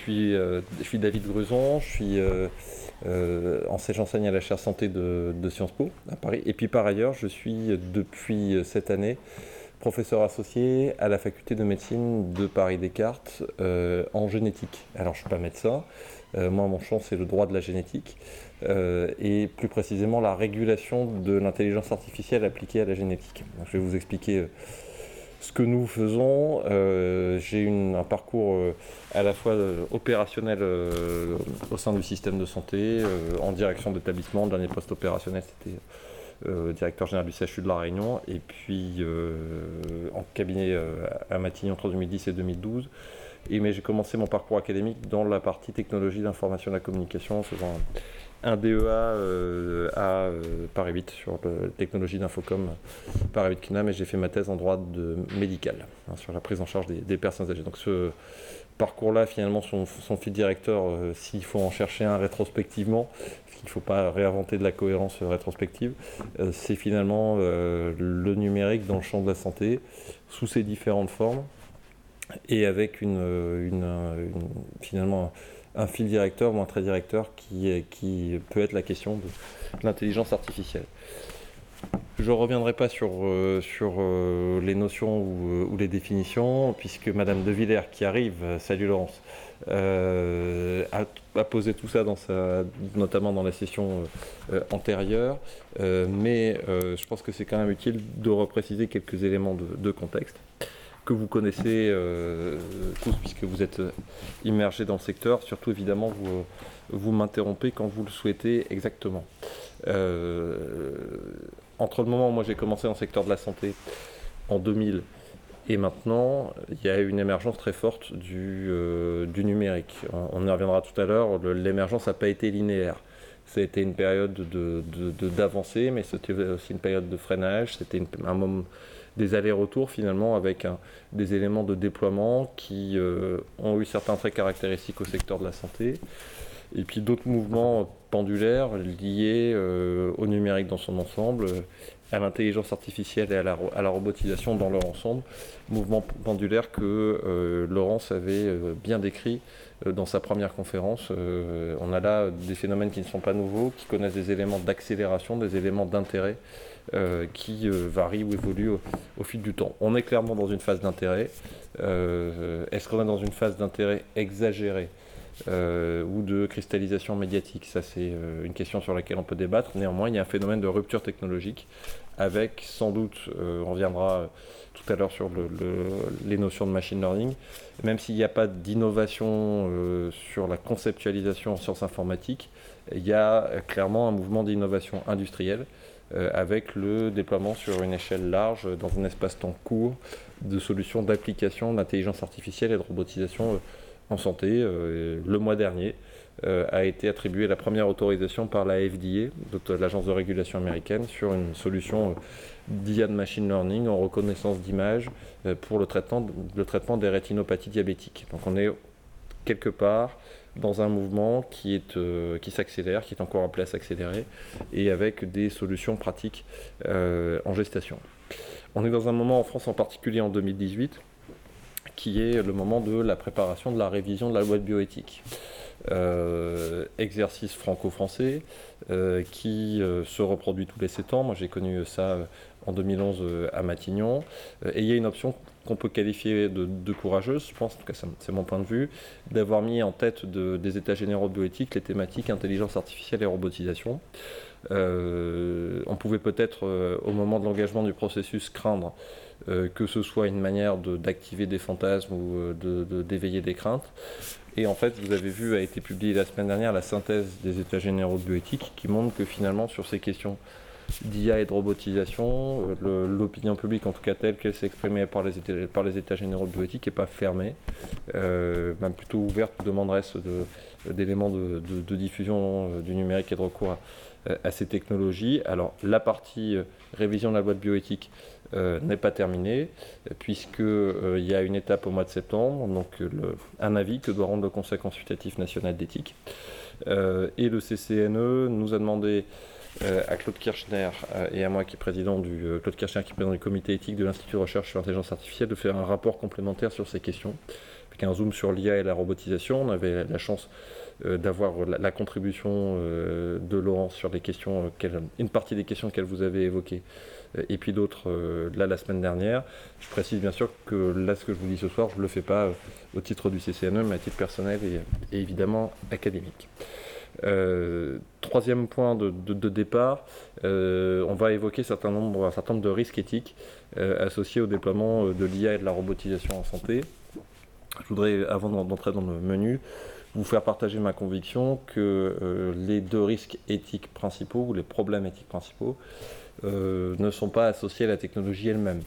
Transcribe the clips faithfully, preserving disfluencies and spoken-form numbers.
suis, euh, je suis David Gruson, je suis euh, euh, j'enseigne à la chaire santé de, de Sciences Po à Paris. Et puis par ailleurs, je suis depuis cette année professeur associé à la faculté de médecine de Paris-Descartes euh, en génétique. Alors je ne suis pas médecin, euh, moi mon champ c'est le droit de la génétique euh, et plus précisément la régulation de l'intelligence artificielle appliquée à la génétique. Donc, je vais vous expliquer euh, ce que nous faisons. Euh, j'ai une, un parcours euh, à la fois euh, opérationnel euh, au sein du système de santé, euh, en direction d'établissement. Le dernier poste opérationnel c'était Euh, directeur général du C H U de La Réunion, et puis euh, en cabinet euh, à Matignon entre deux mille dix et deux mille douze. Et, mais j'ai commencé mon parcours académique dans la partie technologie d'information et de la communication, en faisant un, un D E A euh, à euh, Paris huit sur la technologie d'infocom Paris huit C N A M, et j'ai fait ma thèse en droit de médical hein, sur la prise en charge des, des personnes âgées. Donc ce parcours-là, finalement, son, son fil directeur, euh, s'il faut en chercher un rétrospectivement, parce qu'il ne faut pas réinventer de la cohérence euh, rétrospective, euh, c'est finalement euh, le numérique dans le champ de la santé, sous ses différentes formes, et avec une, une, une, finalement un fil directeur ou un trait directeur qui, qui peut être la question de, de l'intelligence artificielle. Je ne reviendrai pas sur, euh, sur euh, les notions ou, ou les définitions, puisque Madame De Villers, qui arrive, euh, salut Laurence, euh, a, a posé tout ça, dans sa, notamment dans la session euh, antérieure, euh, mais euh, je pense que c'est quand même utile de repréciser quelques éléments de, de contexte que vous connaissez euh, tous, puisque vous êtes immergés dans le secteur. Surtout, évidemment, vous, vous m'interrompez quand vous le souhaitez exactement. Euh, entre le moment où moi j'ai commencé dans le secteur de la santé en deux mille et maintenant, il y a eu une émergence très forte du, euh, du numérique. On, on y reviendra tout à l'heure, le, l'émergence n'a pas été linéaire. Ça a été une période de, de, de, d'avancée, mais c'était aussi une période de freinage. C'était une, un moment des allers-retours finalement avec un, des éléments de déploiement qui euh, ont eu certains traits caractéristiques au secteur de la santé. Et puis d'autres mouvements pendulaires liés euh, au numérique dans son ensemble, à l'intelligence artificielle et à la, à la robotisation dans leur ensemble. Mouvements pendulaires que euh, Laurence avait euh, bien décrit euh, dans sa première conférence. Euh, on a là des phénomènes qui ne sont pas nouveaux, qui connaissent des éléments d'accélération, des éléments d'intérêt euh, qui euh, varient ou évoluent au, au fil du temps. On est clairement dans une phase d'intérêt. Euh, est-ce qu'on est dans une phase d'intérêt exagérée Euh, ou de cristallisation médiatique? Ça, c'est euh, une question sur laquelle on peut débattre. Néanmoins, il y a un phénomène de rupture technologique avec, sans doute, euh, on reviendra tout à l'heure sur le, le, les notions de machine learning, même s'il n'y a pas d'innovation euh, sur la conceptualisation en sciences informatiques, il y a clairement un mouvement d'innovation industrielle euh, avec le déploiement sur une échelle large, dans un espace-temps court, de solutions d'application d'intelligence artificielle et de robotisation euh, en santé. Euh, le mois dernier euh, a été attribuée la première autorisation par la F D A, l'agence de régulation américaine, sur une solution euh, d'I A de machine learning en reconnaissance d'image euh, pour le traitement, le traitement des rétinopathies diabétiques. Donc on est quelque part dans un mouvement qui, est, euh, qui s'accélère, qui est encore appelé à s'accélérer, et avec des solutions pratiques euh, en gestation. On est dans un moment en France, en particulier en deux mille dix-huit, qui est le moment de la préparation de la révision de la loi de bioéthique. Euh, exercice franco-français euh, qui euh, se reproduit tous les sept ans. Moi j'ai connu ça euh, en deux mille onze euh, à Matignon. Euh, et il y a une option qu'on peut qualifier de, de courageuse, je pense, en tout cas c'est mon point de vue, d'avoir mis en tête de, des états généraux de bioéthique les thématiques intelligence artificielle et robotisation. Euh, on pouvait peut-être, euh, au moment de l'engagement du processus, craindre euh, que ce soit une manière de, d'activer des fantasmes ou euh, de, de, d'éveiller des craintes. Et en fait, vous avez vu, a été publiée la semaine dernière la synthèse des états généraux de bioéthique qui montre que finalement, sur ces questions d'I A et de robotisation, le, l'opinion publique, en tout cas telle qu'elle s'est exprimée par les états, par les états généraux de bioéthique, n'est pas fermée, euh, même plutôt ouverte ou demanderesse de, d'éléments de, de, de diffusion du numérique et de recours à, à ces technologies. Alors la partie euh, révision de la loi de bioéthique euh, n'est pas terminée, puisqu'il euh, y a une étape au mois de septembre, donc le, un avis que doit rendre le Conseil consultatif national d'éthique. Euh, et le C C N E nous a demandé euh, à Claude Kirchner euh, et à moi qui est président du euh, Claude Kirchner qui est président du comité éthique de l'Institut de recherche sur l'intelligence artificielle de faire un rapport complémentaire sur ces questions, avec un zoom sur l'I A et la robotisation. On avait la chance euh, d'avoir la, la contribution euh, de Laurence sur les questions, euh, une partie des questions qu'elle vous avait évoquées, euh, et puis d'autres euh, là la semaine dernière. Je précise bien sûr que là, ce que je vous dis ce soir, je ne le fais pas euh, au titre du C C N E, mais à titre personnel et, et évidemment académique. Euh, troisième point de, de, de départ, euh, on va évoquer certain nombre, un certain nombre de risques éthiques euh, associés au déploiement de l'I A et de la robotisation en santé. Je voudrais, avant d'entrer dans le menu, vous faire partager ma conviction que euh, les deux risques éthiques principaux, ou les problèmes éthiques principaux, euh, ne sont pas associés à la technologie elle-même.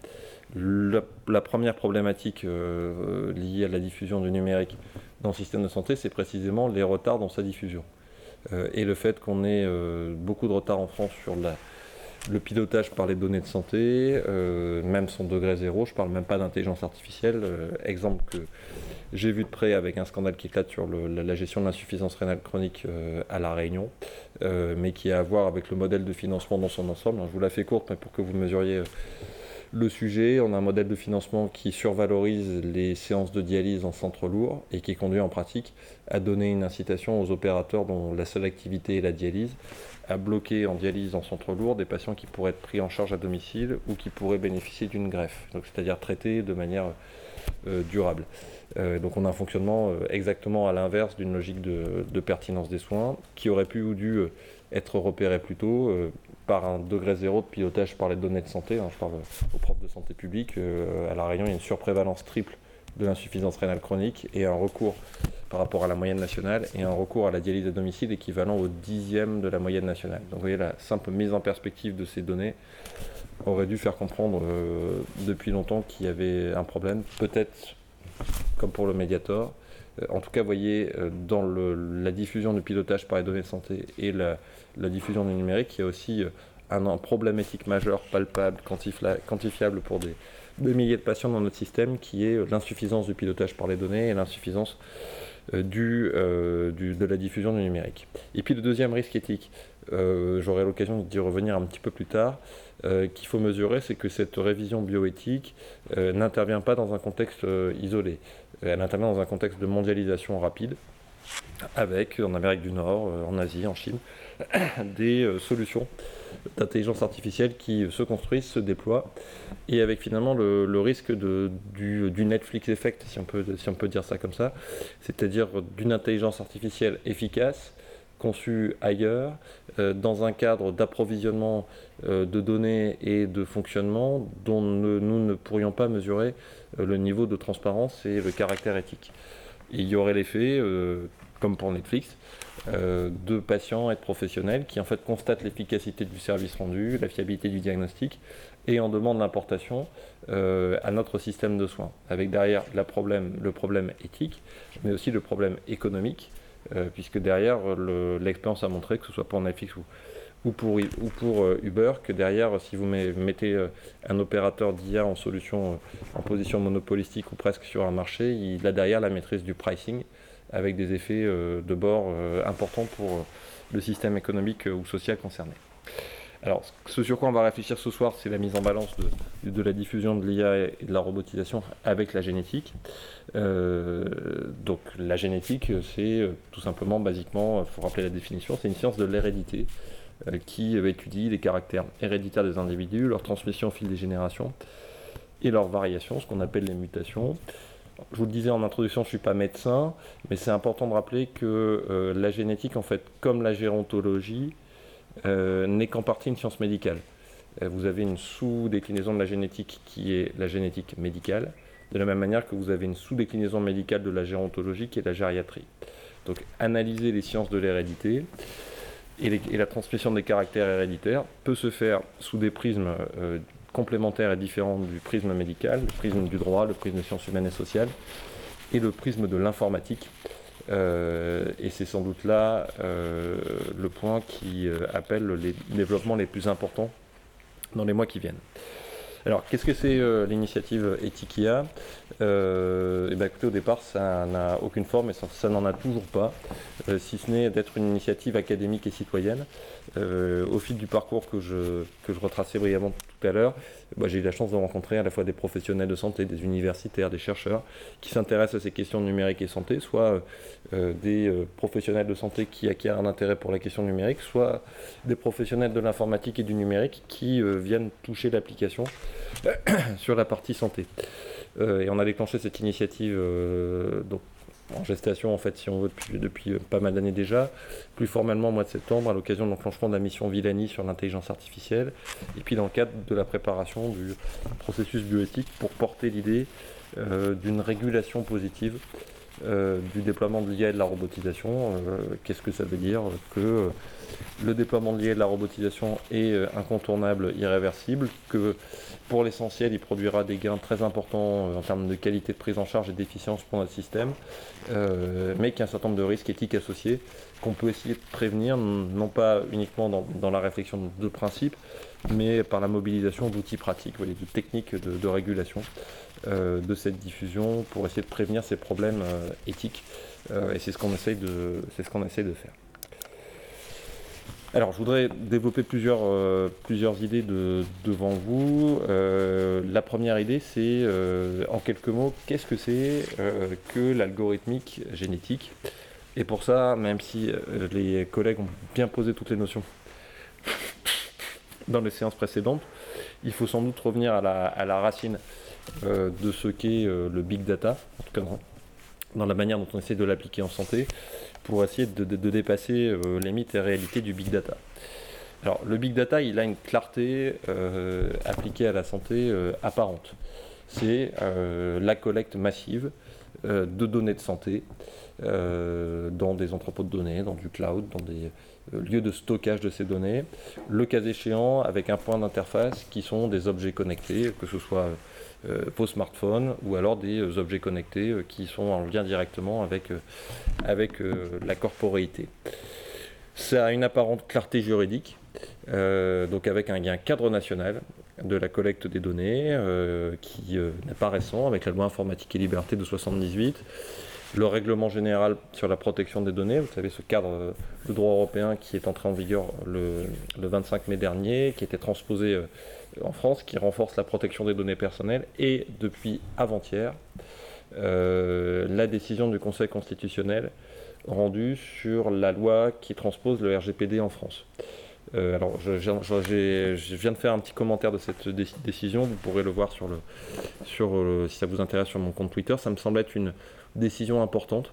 La, la première problématique euh, liée à la diffusion du numérique dans le système de santé, c'est précisément les retards dans sa diffusion. Euh, et le fait qu'on ait euh, beaucoup de retard en France sur la, le pilotage par les données de santé, euh, même son degré zéro, je ne parle même pas d'intelligence artificielle. Euh, exemple que j'ai vu de près avec un scandale qui éclate sur le, la, la gestion de l'insuffisance rénale chronique euh, à La Réunion, euh, mais qui a à voir avec le modèle de financement dans son ensemble. Je vous la fais courte, mais pour que vous mesuriez euh, le sujet, on a un modèle de financement qui survalorise les séances de dialyse en centre lourd et qui conduit en pratique à donner une incitation aux opérateurs dont la seule activité est la dialyse, à bloquer en dialyse en centre lourd des patients qui pourraient être pris en charge à domicile ou qui pourraient bénéficier d'une greffe, donc c'est-à-dire traités de manière euh, durable. Euh, donc on a un fonctionnement euh, exactement à l'inverse d'une logique de, de pertinence des soins qui aurait pu ou dû euh, être repéré plus tôt euh, par un degré zéro de pilotage par les données de santé. Hein, je parle aux profs de santé publique. Euh, à La Réunion, il y a une surprévalence triple de l'insuffisance rénale chronique et un recours par rapport à la moyenne nationale et un recours à la dialyse à domicile équivalent au dixième de la moyenne nationale. Donc vous voyez, la simple mise en perspective de ces données aurait dû faire comprendre euh, depuis longtemps qu'il y avait un problème, peut-être comme pour le Mediator. Euh, en tout cas, vous voyez, euh, dans le, la diffusion du pilotage par les données de santé et la, la diffusion du numérique, il y a aussi euh, un, un problème éthique majeur, palpable, quantifiable pour des, des milliers de patients dans notre système, qui est euh, l'insuffisance du pilotage par les données et l'insuffisance euh, du, euh, du, de la diffusion du numérique. Et puis le deuxième risque éthique, euh, j'aurai l'occasion d'y revenir un petit peu plus tard, euh, qu'il faut mesurer, c'est que cette révision bioéthique euh, n'intervient pas dans un contexte euh, isolé. Elle intervient dans un contexte de mondialisation rapide, avec, en Amérique du Nord, en Asie, en Chine, des euh, solutions d'intelligence artificielle qui se construisent, se déploient, et avec finalement le, le risque de, du, du Netflix effect, si on peut, si on peut dire ça comme ça, c'est-à-dire d'une intelligence artificielle efficace, conçue ailleurs, euh, dans un cadre d'approvisionnement euh, de données et de fonctionnement dont ne, nous ne pourrions pas mesurer euh, le niveau de transparence et le caractère éthique. Et il y aurait l'effet, euh, comme pour Netflix, euh, de patients et de professionnels qui en fait constatent l'efficacité du service rendu, la fiabilité du diagnostic et en demandent l'importation euh, à notre système de soins, avec derrière la problème, le problème éthique, mais aussi le problème économique, euh, puisque derrière l'expérience a montré, que ce soit pour Netflix ou, ou pour, ou pour euh, Uber, que derrière, si vous mettez euh, un opérateur d'I A en solution, euh, en position monopolistique ou presque sur un marché, il a derrière la maîtrise du pricing, avec des effets euh, de bord euh, importants pour euh, le système économique euh, ou social concerné. Alors, ce sur quoi on va réfléchir ce soir, c'est la mise en balance de, de la diffusion de l'I A et de la robotisation avec la génétique. Euh, donc, la génétique, c'est euh, tout simplement, basiquement, il faut rappeler la définition, c'est une science de l'hérédité euh, qui euh, étudie les caractères héréditaires des individus, leur transmission au fil des générations et leurs variations, ce qu'on appelle les mutations. Je vous le disais en introduction, je ne suis pas médecin, mais c'est important de rappeler que euh, la génétique, en fait, comme la gérontologie, euh, n'est qu'en partie une science médicale. Euh, vous avez une sous-déclinaison de la génétique qui est la génétique médicale, de la même manière que vous avez une sous-déclinaison médicale de la gérontologie qui est la gériatrie. Donc, analyser les sciences de l'hérédité et, les, et la transmission des caractères héréditaires peut se faire sous des prismes euh, complémentaire et différent du prisme médical, le prisme du droit, le prisme des sciences humaines et sociales, et le prisme de l'informatique. Euh, et c'est sans doute là euh, le point qui euh, appelle les développements les plus importants dans les mois qui viennent. Alors, qu'est-ce que c'est euh, l'initiative Ethikia? euh, et ben, écoutez, au départ, ça n'a aucune forme et ça, ça n'en a toujours pas, euh, si ce n'est d'être une initiative académique et citoyenne. Euh, au fil du parcours que je, que je retraçais brièvement tout à l'heure, bah, j'ai eu la chance de rencontrer à la fois des professionnels de santé, des universitaires, des chercheurs qui s'intéressent à ces questions numériques et santé, soit euh, des euh, professionnels de santé qui acquièrent un intérêt pour la question numérique, soit des professionnels de l'informatique et du numérique qui euh, viennent toucher l'application sur la partie santé. Euh, et on a déclenché cette initiative euh, donc, en gestation, en fait, si on veut, depuis, depuis pas mal d'années déjà, plus formellement au mois de septembre, à l'occasion de l'enclenchement de la mission Villani sur l'intelligence artificielle, et puis dans le cadre de la préparation du processus bioéthique pour porter l'idée euh, d'une régulation positive euh, du déploiement de l'I A et de la robotisation. Euh, qu'est-ce que ça veut dire? Que euh, le déploiement de l'I A et de la robotisation est euh, incontournable, irréversible, que pour l'essentiel, il produira des gains très importants euh, en termes de qualité de prise en charge et d'efficience pour notre système, euh, mais qu'il y a un certain nombre de risques éthiques associés qu'on peut essayer de prévenir, non pas uniquement dans, dans la réflexion de principe, mais par la mobilisation d'outils pratiques, voyez, de techniques de, de régulation euh, de cette diffusion pour essayer de prévenir ces problèmes euh, éthiques. Euh, et c'est ce qu'on essaye de, c'est ce qu'on essaye de faire. Alors, je voudrais développer plusieurs, euh, plusieurs idées de, devant vous. Euh, la première idée, c'est, euh, en quelques mots, qu'est-ce que c'est euh, que l'algorithmique génétique? Et pour ça, même si euh, les collègues ont bien posé toutes les notions dans les séances précédentes, il faut sans doute revenir à la, à la racine euh, de ce qu'est euh, le big data, en tout cas dans, dans la manière dont on essaie de l'appliquer en santé, pour essayer de, de, de dépasser euh, les mythes et réalités du big data. Alors, le big data, il a une clarté euh, appliquée à la santé euh, apparente. C'est euh, la collecte massive euh, de données de santé euh, dans des entrepôts de données, dans du cloud, dans des euh, lieux de stockage de ces données, le cas échéant avec un point d'interface qui sont des objets connectés, que ce soit euh, vos smartphones ou alors des euh, objets connectés euh, qui sont en lien directement avec, euh, avec euh, la corporéité. Ça a une apparente clarté juridique, euh, donc avec un, un cadre national de la collecte des données euh, qui euh, n'est pas récent, avec la loi informatique et liberté de soixante-dix-huit, le règlement général sur la protection des données, vous savez ce cadre de droit européen qui est entré en vigueur le, le vingt-cinq mai dernier, qui a été transposé euh, en France, qui renforce la protection des données personnelles, et depuis avant-hier, euh, la décision du Conseil constitutionnel rendue sur la loi qui transpose le R G P D en France. Euh, alors, je, je, je, je viens de faire un petit commentaire de cette dé décision, vous pourrez le voir sur le, sur le, si ça vous intéresse sur mon compte Twitter. Ça me semble être une décision importante,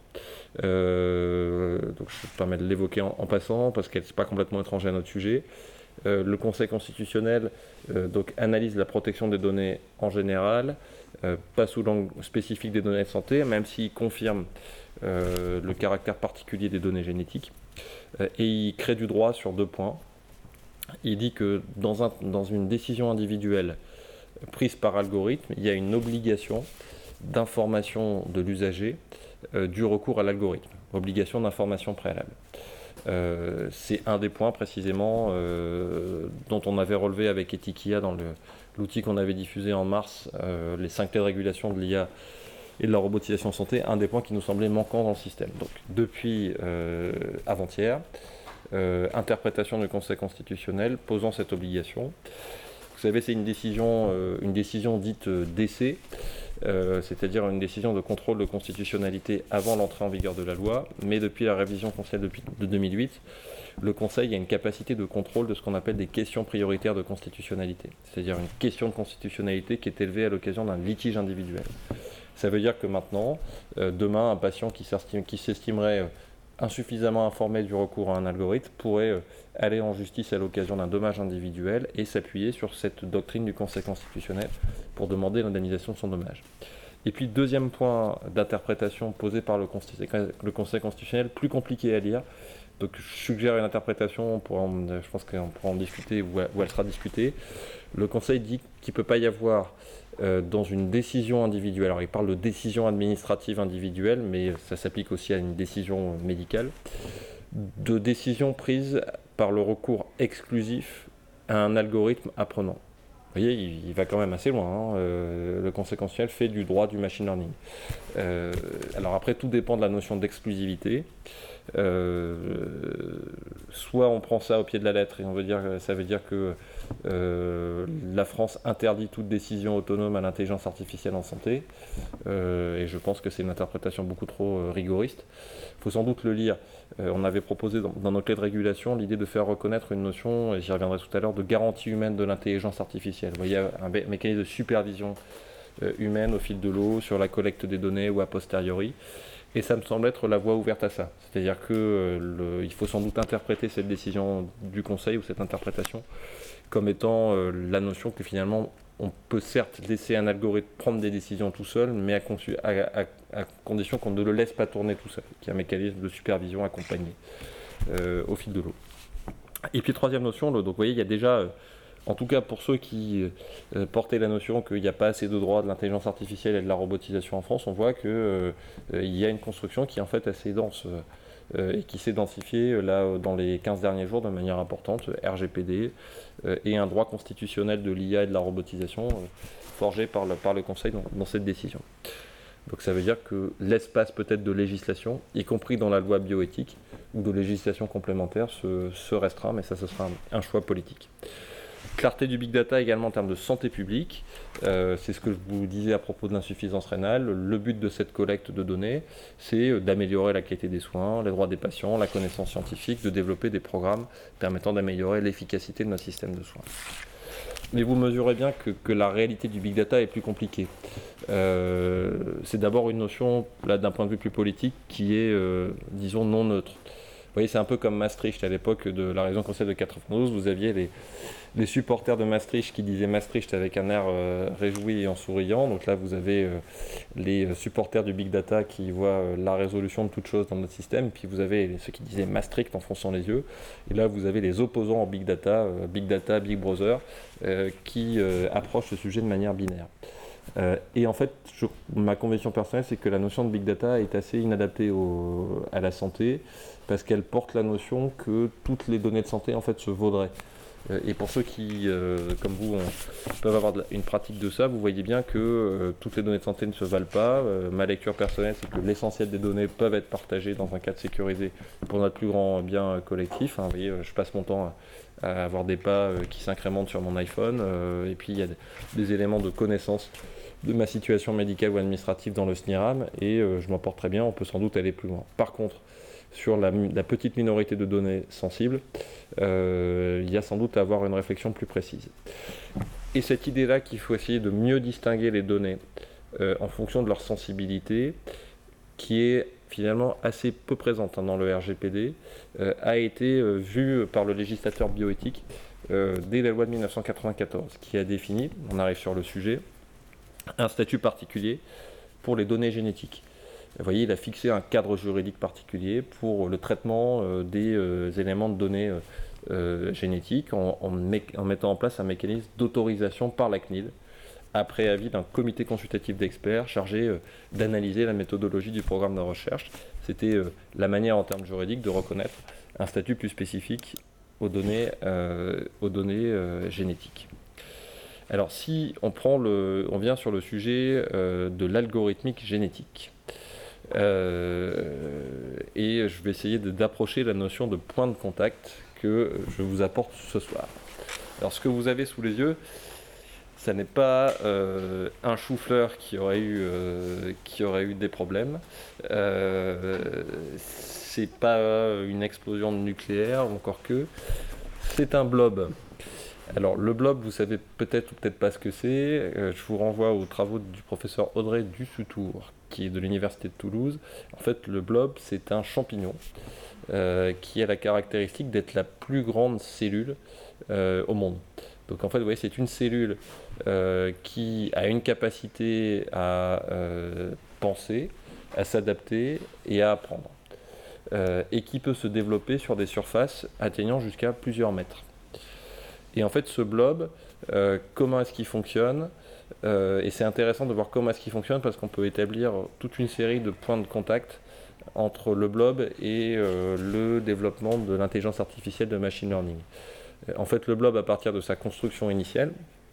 euh, donc je me permets de l'évoquer en, en passant, parce qu'elle n'est pas complètement étrangère à notre sujet. Euh, le Conseil constitutionnel euh, donc, analyse la protection des données en général, euh, pas sous l'angle spécifique des données de santé, même s'il confirme euh, le caractère particulier des données génétiques, euh, et il crée du droit sur deux points. Il dit que dans, un, dans une décision individuelle prise par algorithme, il y a une obligation d'information de l'usager euh, du recours à l'algorithme, obligation d'information préalable. Euh, c'est un des points précisément euh, dont on avait relevé avec Ethikia dans l'outil qu'on avait diffusé en mars, euh, les cinq clés de régulation de l'I A et de la robotisation santé, un des points qui nous semblait manquant dans le système. Donc depuis euh, avant-hier, euh, interprétation du Conseil constitutionnel posant cette obligation. Vous savez, c'est une décision, euh, une décision dite euh, d'essai, euh, c'est-à-dire une décision de contrôle de constitutionnalité avant l'entrée en vigueur de la loi, mais depuis la révision constitutionnelle de deux mille huit, le Conseil a une capacité de contrôle de ce qu'on appelle des questions prioritaires de constitutionnalité, c'est-à-dire une question de constitutionnalité qui est élevée à l'occasion d'un litige individuel. Ça veut dire que maintenant, euh, demain, un patient qui s'estimerait euh, insuffisamment informé du recours à un algorithme pourrait euh, aller en justice à l'occasion d'un dommage individuel et s'appuyer sur cette doctrine du Conseil constitutionnel pour demander l'indemnisation de son dommage. Et puis, deuxième point d'interprétation posé par le Conseil, le Conseil constitutionnel, plus compliqué à lire. Donc, je suggère une interprétation, on pourra en, je pense qu'on pourra en discuter ou elle sera discutée. Le Conseil dit qu'il ne peut pas y avoir euh, dans une décision individuelle, alors il parle de décision administrative individuelle, mais ça s'applique aussi à une décision médicale, de décision prise par le recours exclusif à un algorithme apprenant. voyez, il, il va quand même assez loin. Hein. Euh, le Conseil constitutionnel fait du droit du machine learning. Euh, alors après, tout dépend de la notion d'exclusivité. Euh, soit on prend ça au pied de la lettre et on veut dire, ça veut dire que euh, la France interdit toute décision autonome à l'intelligence artificielle en santé, euh, et je pense que c'est une interprétation beaucoup trop euh, rigoriste. Il faut sans doute le lire. Euh, on avait proposé dans, dans nos clés de régulation l'idée de faire reconnaître une notion, et j'y reviendrai tout à l'heure, de garantie humaine de l'intelligence artificielle. Vous voyez, un mé- mécanisme de supervision euh, humaine au fil de l'eau sur la collecte des données ou a posteriori. Et ça me semble être la voie ouverte à ça. C'est-à-dire qu'il euh, faut sans doute interpréter cette décision du Conseil ou cette interprétation comme étant euh, la notion que finalement on peut certes laisser un algorithme prendre des décisions tout seul, mais à, conçu, à, à, à condition qu'on ne le laisse pas tourner tout seul, qu'il y a un mécanisme de supervision accompagné euh, au fil de l'eau. Et puis troisième notion, donc vous voyez, il y a déjà... Euh, en tout cas, pour ceux qui euh, portaient la notion qu'il n'y a pas assez de droits de l'intelligence artificielle et de la robotisation en France, on voit qu'il euh, y a une construction qui est en fait assez dense euh, et qui s'est densifiée euh, là, dans les quinze derniers jours de manière importante, R G P D euh, et un droit constitutionnel de l'I A et de la robotisation euh, forgé par le, par le Conseil dans, dans cette décision. Donc ça veut dire que l'espace peut-être de législation, y compris dans la loi bioéthique ou de législation complémentaire, se, se restreint, mais ça ce sera un, un choix politique. Clarté du big data également en termes de santé publique, euh, c'est ce que je vous disais à propos de l'insuffisance rénale. Le but de cette collecte de données, c'est d'améliorer la qualité des soins, les droits des patients, la connaissance scientifique, de développer des programmes permettant d'améliorer l'efficacité de notre système de soins. Mais vous mesurez bien que, que la réalité du big data est plus compliquée. Euh, c'est d'abord une notion, là d'un point de vue plus politique, qui est, euh, disons, non neutre. Vous voyez, c'est un peu comme Maastricht à l'époque de la révision constitutionnelle de quatre-vingt-douze, vous aviez les, les supporters de Maastricht qui disaient Maastricht avec un air euh, réjoui et en souriant. Donc là, vous avez euh, les supporters du big data qui voient euh, la résolution de toute chose dans notre système. Puis vous avez ceux qui disaient Maastricht en fronçant les yeux. Et là, vous avez les opposants en big data, euh, big data, big brother, euh, qui euh, approchent ce sujet de manière binaire. Euh, et en fait, je, ma conviction personnelle, c'est que la notion de big data est assez inadaptée au, à la santé, parce qu'elle porte la notion que toutes les données de santé en fait se vaudraient. Euh, et pour ceux qui, euh, comme vous, ont, peuvent avoir de la, une pratique de ça, vous voyez bien que euh, toutes les données de santé ne se valent pas. Euh, ma lecture personnelle, c'est que l'essentiel des données peuvent être partagées dans un cadre sécurisé pour notre plus grand bien collectif. Hein. Vous voyez, je passe mon temps à, à avoir des pas euh, qui s'incrémentent sur mon iPhone, euh, et puis il y a des, des éléments de connaissance de ma situation médicale ou administrative dans le S N I R A M, et euh, je m'en porte très bien, on peut sans doute aller plus loin. Par contre, sur la, la petite minorité de données sensibles, euh, il y a sans doute à avoir une réflexion plus précise. Et cette idée-là qu'il faut essayer de mieux distinguer les données euh, en fonction de leur sensibilité, qui est finalement assez peu présente hein, dans le R G P D, euh, a été euh, vue par le législateur bioéthique euh, dès la loi de mille neuf cent quatre-vingt-quatorze, qui a défini, on arrive sur le sujet, un statut particulier pour les données génétiques. Vous voyez, il a fixé un cadre juridique particulier pour le traitement euh, des euh, éléments de données euh, euh, génétiques en, en, en mettant en place un mécanisme d'autorisation par la C N I L après avis d'un comité consultatif d'experts chargé euh, d'analyser la méthodologie du programme de recherche. C'était euh, la manière en termes juridiques de reconnaître un statut plus spécifique aux données, euh, aux données euh, génétiques. Alors si on, prend le, on vient sur le sujet euh, de l'algorithmique génétique, euh, et je vais essayer d'approcher la notion de point de contact que je vous apporte ce soir. Alors ce que vous avez sous les yeux, ça n'est pas euh, un chou-fleur qui aurait eu, euh, qui aurait eu des problèmes, euh, c'est pas une explosion nucléaire, encore que, c'est un blob. Alors le blob, vous savez peut-être ou peut-être pas ce que c'est. Euh, je vous renvoie aux travaux du professeur Audrey Dussutour, qui est de l'université de Toulouse. En fait, le blob, c'est un champignon euh, qui a la caractéristique d'être la plus grande cellule euh, au monde. Donc en fait, vous voyez, c'est une cellule euh, qui a une capacité à euh, penser, à s'adapter et à apprendre. Euh, et qui peut se développer sur des surfaces atteignant jusqu'à plusieurs mètres. Et en fait, ce blob, euh, comment est-ce qu'il fonctionne euh, et c'est intéressant de voir comment est-ce qu'il fonctionne parce qu'on peut établir toute une série de points de contact entre le blob et euh, le développement de l'intelligence artificielle de machine learning. En fait, le blob, à partir de sa construction initiale,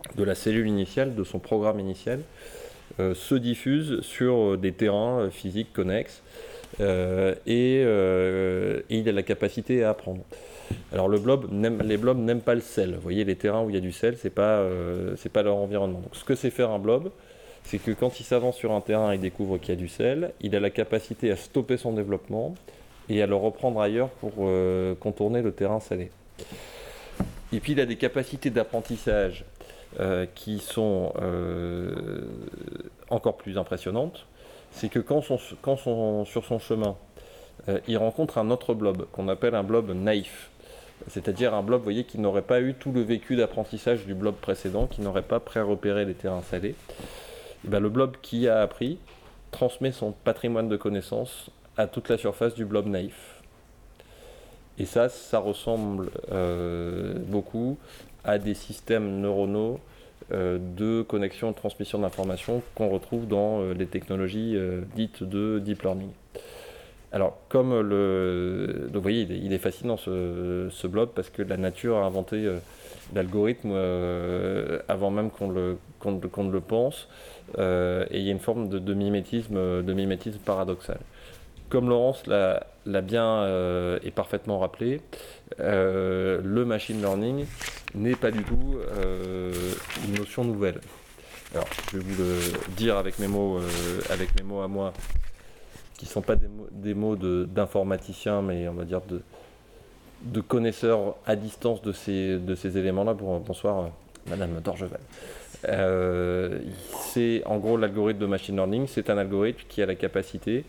de la cellule initiale, de son programme initial, euh, se diffuse sur des terrains physiques connexes euh, et, euh, et il a la capacité à apprendre. Alors le blob les blobs n'aiment pas le sel. Vous voyez, les terrains où il y a du sel, c'est pas, euh, c'est pas leur environnement. Donc ce que sait faire un blob, c'est que quand il s'avance sur un terrain et découvre qu'il y a du sel, il a la capacité à stopper son développement et à le reprendre ailleurs pour euh, contourner le terrain salé. Et puis il a des capacités d'apprentissage euh, qui sont euh, encore plus impressionnantes. C'est que quand, son, quand son, sur son chemin, euh, il rencontre un autre blob qu'on appelle un blob naïf. C'est-à-dire un blob, vous voyez, qui n'aurait pas eu tout le vécu d'apprentissage du blob précédent, qui n'aurait pas pré-repéré les terrains salés. Et bien, le blob qui a appris transmet son patrimoine de connaissances à toute la surface du blob naïf. Et ça, ça ressemble euh, beaucoup à des systèmes neuronaux euh, de connexion et de transmission d'informations qu'on retrouve dans euh, les technologies euh, dites de deep learning. Alors, comme le... Donc, vous voyez, il est, il est fascinant ce, ce blob parce que la nature a inventé euh, l'algorithme euh, avant même qu'on, le, qu'on, qu'on ne le pense. Euh, et il y a une forme de, de, mimétisme, de mimétisme paradoxal. Comme Laurence l'a, l'a bien euh, et parfaitement rappelé, euh, le machine learning n'est pas du tout euh, une notion nouvelle. Alors, je vais vous le dire avec mes mots, euh, avec mes mots à moi, qui ne sont pas des mots, des mots de, d'informaticiens, mais on va dire de, de connaisseurs à distance de ces, de ces éléments-là. Bon, bonsoir, Madame Dorgeval. Euh, c'est en gros l'algorithme de machine learning, c'est un algorithme qui a la capacité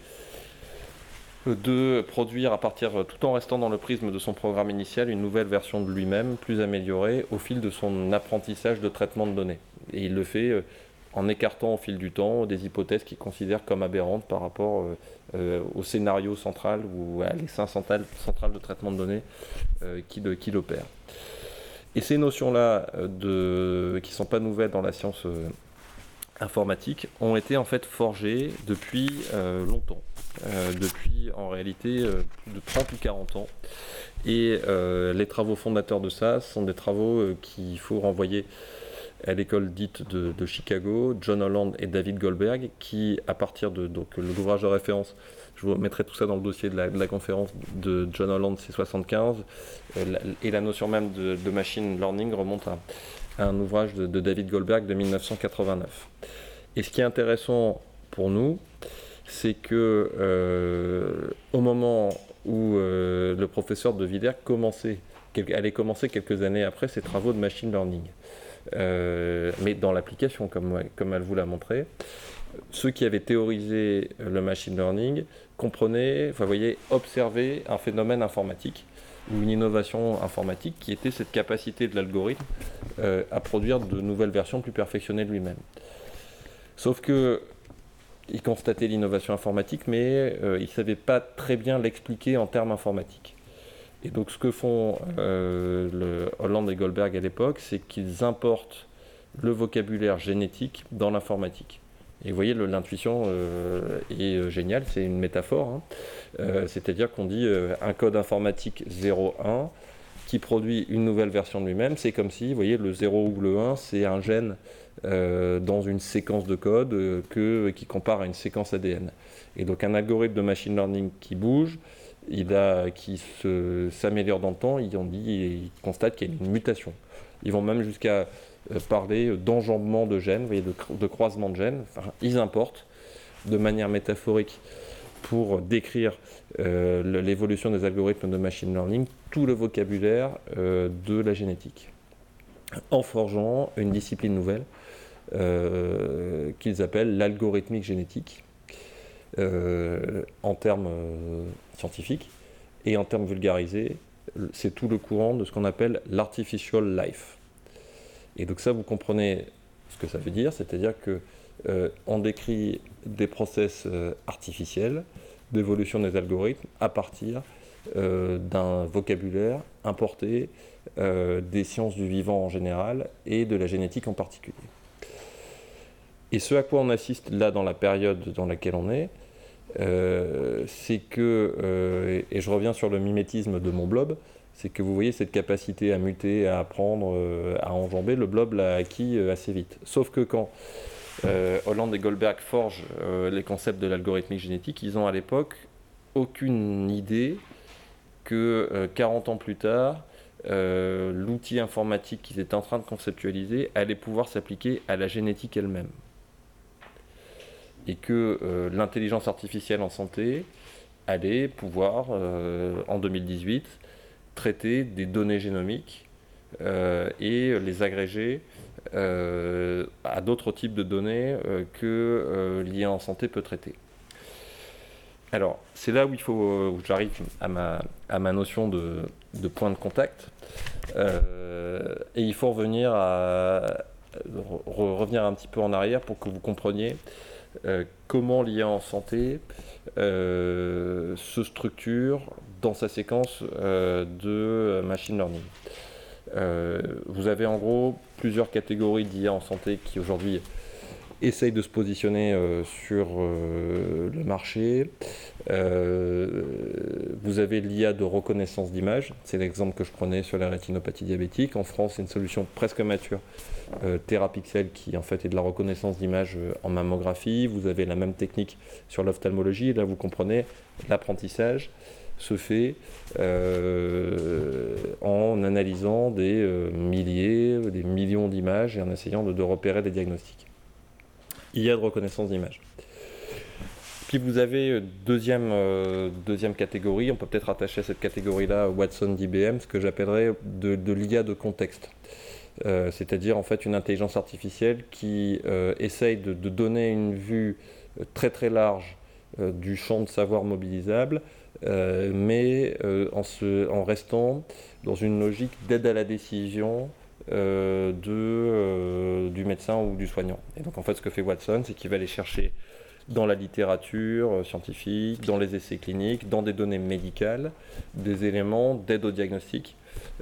de produire à partir, tout en restant dans le prisme de son programme initial, une nouvelle version de lui-même, plus améliorée, au fil de son apprentissage de traitement de données. Et il le fait en écartant au fil du temps des hypothèses qu'il considère comme aberrantes par rapport euh, au scénario central ou à l'essaim central, central de traitement de données euh, qui, de, qui l'opère. Et ces notions-là, de, qui ne sont pas nouvelles dans la science euh, informatique, ont été en fait forgées depuis euh, longtemps. Euh, depuis en réalité euh, plus de trente ou quarante ans. Et euh, les travaux fondateurs de ça sont des travaux euh, qu'il faut renvoyer à l'école dite de, de Chicago, John Holland et David Goldberg, qui, à partir de donc, l'ouvrage de référence, je vous mettrai tout ça dans le dossier de la, de la conférence de John Holland, c'est soixante-quinze, euh, la, et la notion même de, de machine learning remonte à, à un ouvrage de, de David Goldberg de mille neuf cent quatre-vingt-neuf. Et ce qui est intéressant pour nous, c'est que euh, au moment où euh, le professeur de Villers commençait, allait commencer quelques années après ses travaux de machine learning, euh, mais dans l'application, comme, comme elle vous l'a montré, ceux qui avaient théorisé le machine learning comprenaient, enfin, vous voyez, observaient un phénomène informatique ou une innovation informatique qui était cette capacité de l'algorithme euh, à produire de nouvelles versions plus perfectionnées de lui-même. Sauf que il constatait l'innovation informatique, mais euh, il ne savait pas très bien l'expliquer en termes informatiques. Et donc ce que font euh, le Holland et Goldberg à l'époque, c'est qu'ils importent le vocabulaire génétique dans l'informatique. Et vous voyez, le, l'intuition euh, est euh, géniale, c'est une métaphore. Hein. Euh, c'est-à-dire qu'on dit euh, un code informatique zéro un qui produit une nouvelle version de lui-même. C'est comme si, vous voyez, le zéro ou le un, c'est un gène Euh, dans une séquence de code euh, que, qui compare à une séquence A D N. Et donc un algorithme de machine learning qui bouge, il a, qui se, s'améliore dans le temps, ils ont dit, ils constatent qu'il y a une mutation. Ils vont même jusqu'à euh, parler d'enjambement de gènes, vous voyez, de, de croisement de gènes. Enfin, ils importent de manière métaphorique pour décrire euh, l'évolution des algorithmes de machine learning tout le vocabulaire euh, de la génétique, en forgeant une discipline nouvelle euh, qu'ils appellent l'algorithmique génétique euh, en termes euh, scientifiques, et en termes vulgarisés, c'est tout le courant de ce qu'on appelle l'artificial life. Et donc ça, vous comprenez ce que ça veut dire, c'est-à-dire que euh, on décrit des process euh, artificiels d'évolution des algorithmes à partir euh, d'un vocabulaire importé euh, des sciences du vivant en général et de la génétique en particulier. Et ce à quoi on assiste là dans la période dans laquelle on est, euh, c'est que, euh, et je reviens sur le mimétisme de mon blob, c'est que vous voyez cette capacité à muter, à apprendre, euh, à enjamber, le blob l'a acquis euh, assez vite. Sauf que quand euh, Holland et Goldberg forgent euh, les concepts de l'algorithmique génétique, ils ont à l'époque aucune idée que euh, quarante ans plus tard, euh, l'outil informatique qu'ils étaient en train de conceptualiser allait pouvoir s'appliquer à la génétique elle-même. Et que euh, l'intelligence artificielle en santé allait pouvoir, euh, en deux mille dix-huit, traiter des données génomiques euh, et les agréger euh, à d'autres types de données euh, que euh, l'I A en santé peut traiter. Alors, c'est là où il faut, où j'arrive à ma, à ma notion de, de point de contact. Euh, et il faut revenir, à, re, revenir un petit peu en arrière pour que vous compreniez euh, comment l'I A en santé euh, se structure dans sa séquence euh, de machine learning. Euh, vous avez en gros plusieurs catégories d'I A en santé qui aujourd'hui essayent de se positionner euh, sur euh, le marché. Euh, vous avez l'I A de reconnaissance d'image, c'est l'exemple que je prenais sur la rétinopathie diabétique. En France, c'est une solution presque mature, euh, Therapixel, qui en fait est de la reconnaissance d'image euh, en mammographie. Vous avez la même technique sur l'ophtalmologie. Là, vous comprenez, l'apprentissage se fait euh, en analysant des euh, milliers, des millions d'images et en essayant de, de repérer des diagnostics. I A de reconnaissance d'image. Puis vous avez deuxième, euh, deuxième catégorie, on peut peut-être rattacher à cette catégorie-là Watson d'I B M, ce que j'appellerais de, de l'I A de contexte. Euh, c'est-à-dire en fait une intelligence artificielle qui euh, essaye de, de donner une vue très très large euh, du champ de savoir mobilisable, euh, mais euh, en, se, en restant dans une logique d'aide à la décision euh, de, euh, du médecin ou du soignant. Et donc en fait ce que fait Watson, c'est qu'il va aller chercher dans la littérature scientifique, dans les essais cliniques, dans des données médicales, des éléments d'aide au diagnostic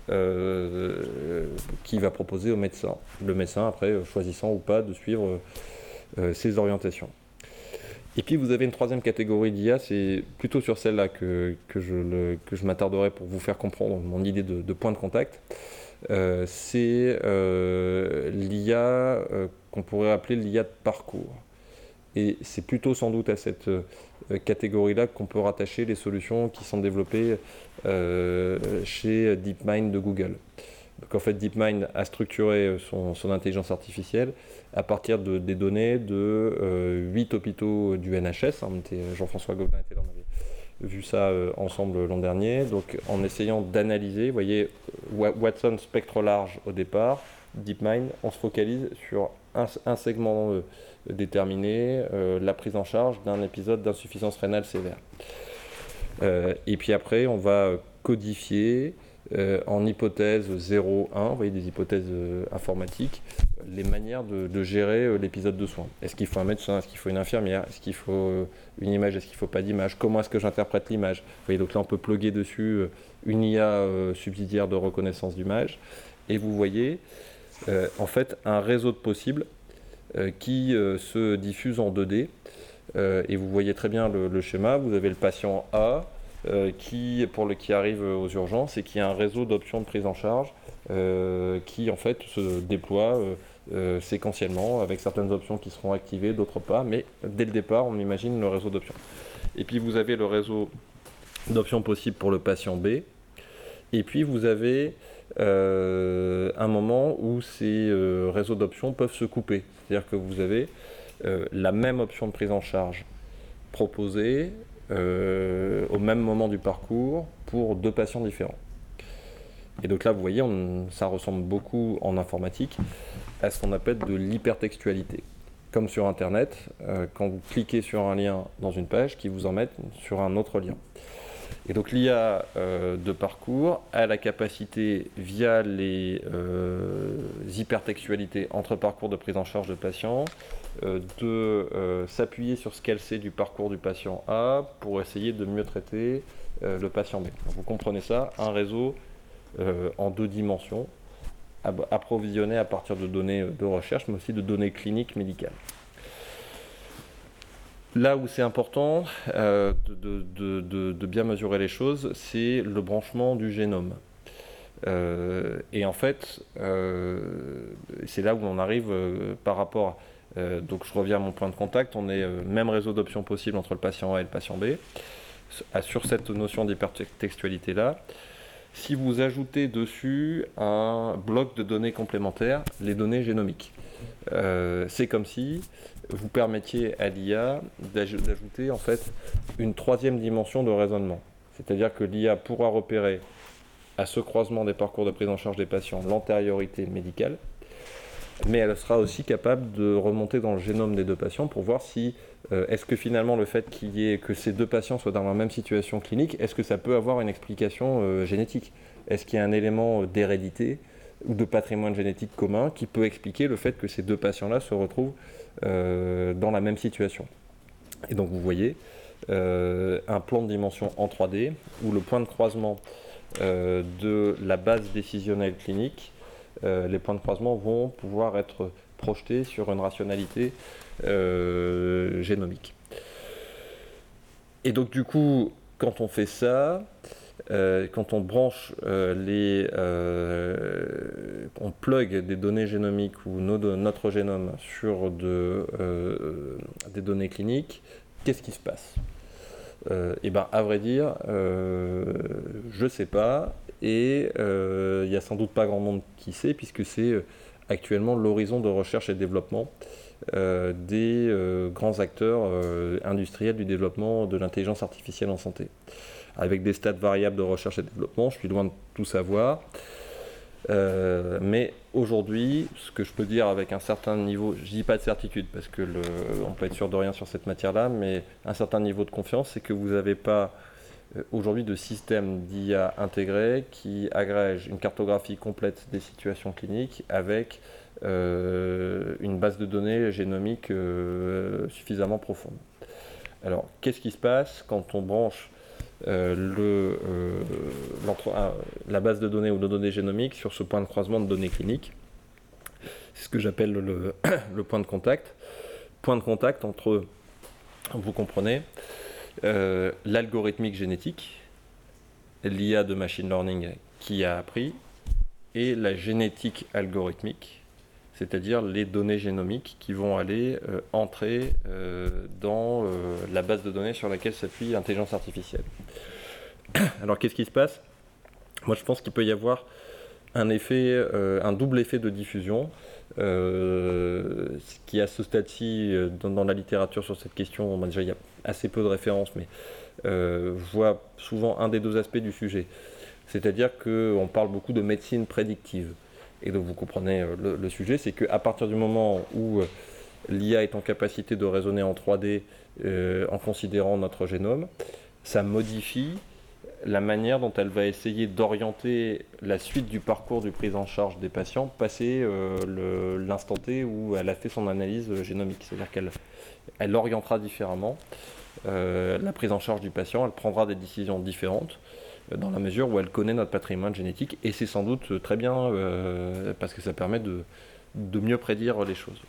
euh, qu'il va proposer au médecin. Le médecin, après, choisissant ou pas de suivre euh, ses orientations. Et puis vous avez une troisième catégorie d'I A, c'est plutôt sur celle-là que, que je, le, que je m'attarderai pour vous faire comprendre mon idée de, de point de contact. Euh, c'est euh, l'I A euh, qu'on pourrait appeler l'I A de parcours. Et c'est plutôt sans doute à cette euh, catégorie-là qu'on peut rattacher les solutions qui sont développées euh, chez DeepMind de Google. Donc en fait, DeepMind a structuré son, son intelligence artificielle à partir de, des données de euh, huit hôpitaux du N H S. Hein, Jean-François Gobelin était là, on avait vu ça euh, ensemble l'an dernier. Donc en essayant d'analyser, vous voyez, Watson spectre large au départ, DeepMind, on se focalise sur un, un segment euh, déterminé, euh, la prise en charge d'un épisode d'insuffisance rénale sévère. Euh, et puis après, on va codifier euh, en hypothèse zéro, un, vous voyez des hypothèses euh, informatiques, les manières de, de gérer euh, l'épisode de soins. Est-ce qu'il faut un médecin, est-ce qu'il faut une infirmière, est-ce qu'il faut euh, une image, est-ce qu'il ne faut pas d'image, comment est-ce que j'interprète l'image. Vous voyez, donc là on peut plugger dessus euh, une I A euh, subsidiaire de reconnaissance d'image, et vous voyez euh, en fait un réseau de possibles euh, qui euh, se diffuse en deux D. Euh, et vous voyez très bien le, le schéma, vous avez le patient A euh, qui, pour le, qui arrive aux urgences et qui a un réseau d'options de prise en charge euh, qui en fait se déploie euh, euh, séquentiellement avec certaines options qui seront activées, d'autres pas, mais dès le départ on imagine le réseau d'options. Et puis vous avez le réseau d'options possibles pour le patient B, et puis vous avez euh, un moment où ces euh, réseaux d'options peuvent se couper, c'est-à-dire que vous avez Euh, la même option de prise en charge proposée euh, au même moment du parcours pour deux patients différents. Et donc là, vous voyez, on, ça ressemble beaucoup en informatique à ce qu'on appelle de l'hypertextualité. Comme sur Internet, euh, quand vous cliquez sur un lien dans une page qui vous emmène sur un autre lien. Et donc l'I A euh, de parcours a la capacité, via les euh, hypertextualités entre parcours de prise en charge de patients, euh, de euh, s'appuyer sur ce qu'elle sait du parcours du patient A pour essayer de mieux traiter euh, le patient B. Donc vous comprenez ça, un réseau euh, en deux dimensions, approvisionné à partir de données de recherche, mais aussi de données cliniques médicales. Là où c'est important euh, de, de, de, de bien mesurer les choses, c'est le branchement du génome. Euh, et en fait, euh, c'est là où on arrive euh, par rapport, euh, donc je reviens à mon point de contact, on est euh, même réseau d'options possibles entre le patient A et le patient B, sur cette notion d'hypertextualité-là. Si vous ajoutez dessus un bloc de données complémentaires, les données génomiques, euh, c'est comme si vous permettiez à l'I A d'ajouter en fait une troisième dimension de raisonnement. C'est-à-dire que l'I A pourra repérer à ce croisement des parcours de prise en charge des patients l'antériorité médicale, mais elle sera aussi capable de remonter dans le génome des deux patients pour voir si euh, est-ce que finalement le fait qu'il y ait que ces deux patients soient dans la même situation clinique, est-ce que ça peut avoir une explication euh, génétique? Est-ce qu'il y a un élément d'hérédité ou de patrimoine génétique commun qui peut expliquer le fait que ces deux patients-là se retrouvent euh, dans la même situation? Et donc vous voyez euh, un plan de dimension en trois D où le point de croisement euh, de la base décisionnelle clinique, euh, les points de croisement vont pouvoir être projetés sur une rationalité euh, génomique. Et donc du coup, quand on fait ça, euh, quand on branche euh, les, euh, on plug des données génomiques ou nos, notre génome sur de, euh, des données cliniques, qu'est-ce qui se passe? Euh, et ben, à vrai dire, euh, je sais pas, et il euh, n'y a sans doute pas grand monde qui sait, puisque c'est actuellement l'horizon de recherche et développement euh, des euh, grands acteurs euh, industriels du développement de l'intelligence artificielle en santé. Avec des stades variables de recherche et développement, je suis loin de tout savoir. Euh, mais aujourd'hui, ce que je peux dire avec un certain niveau, je dis pas de certitude parce que le, on peut être sûr de rien sur cette matière-là, mais un certain niveau de confiance, c'est que vous n'avez pas euh, aujourd'hui de système d'I A intégré qui agrège une cartographie complète des situations cliniques avec euh, une base de données génomique euh, suffisamment profonde. Alors, qu'est-ce qui se passe quand on branche Euh, le, euh, ah, la base de données ou de données génomiques sur ce point de croisement de données cliniques? C'est ce que j'appelle le, le point de contact. Point de contact entre, vous comprenez, euh, l'algorithmique génétique, l'I A de machine learning qui a appris, et la génétique algorithmique, c'est-à-dire les données génomiques qui vont aller euh, entrer euh, dans euh, la base de données sur laquelle s'appuie l'intelligence artificielle. Alors qu'est-ce qui se passe? Moi je pense qu'il peut y avoir un effet, euh, un double effet de diffusion, euh, ce qui à ce stade-ci, euh, dans, dans la littérature sur cette question, bah, déjà il y a assez peu de références, mais euh, je vois souvent un des deux aspects du sujet. C'est-à-dire qu'on parle beaucoup de médecine prédictive. Et donc vous comprenez le, le sujet, c'est qu'à partir du moment où l'I A est en capacité de raisonner en trois D euh, en considérant notre génome, ça modifie la manière dont elle va essayer d'orienter la suite du parcours du prise en charge des patients, passé euh, l'instant T où elle a fait son analyse génomique. C'est-à-dire qu'elle elle orientera différemment euh, la prise en charge du patient, elle prendra des décisions différentes dans la mesure où elle connaît notre patrimoine génétique, et c'est sans doute très bien euh, parce que ça permet de, de mieux prédire les choses.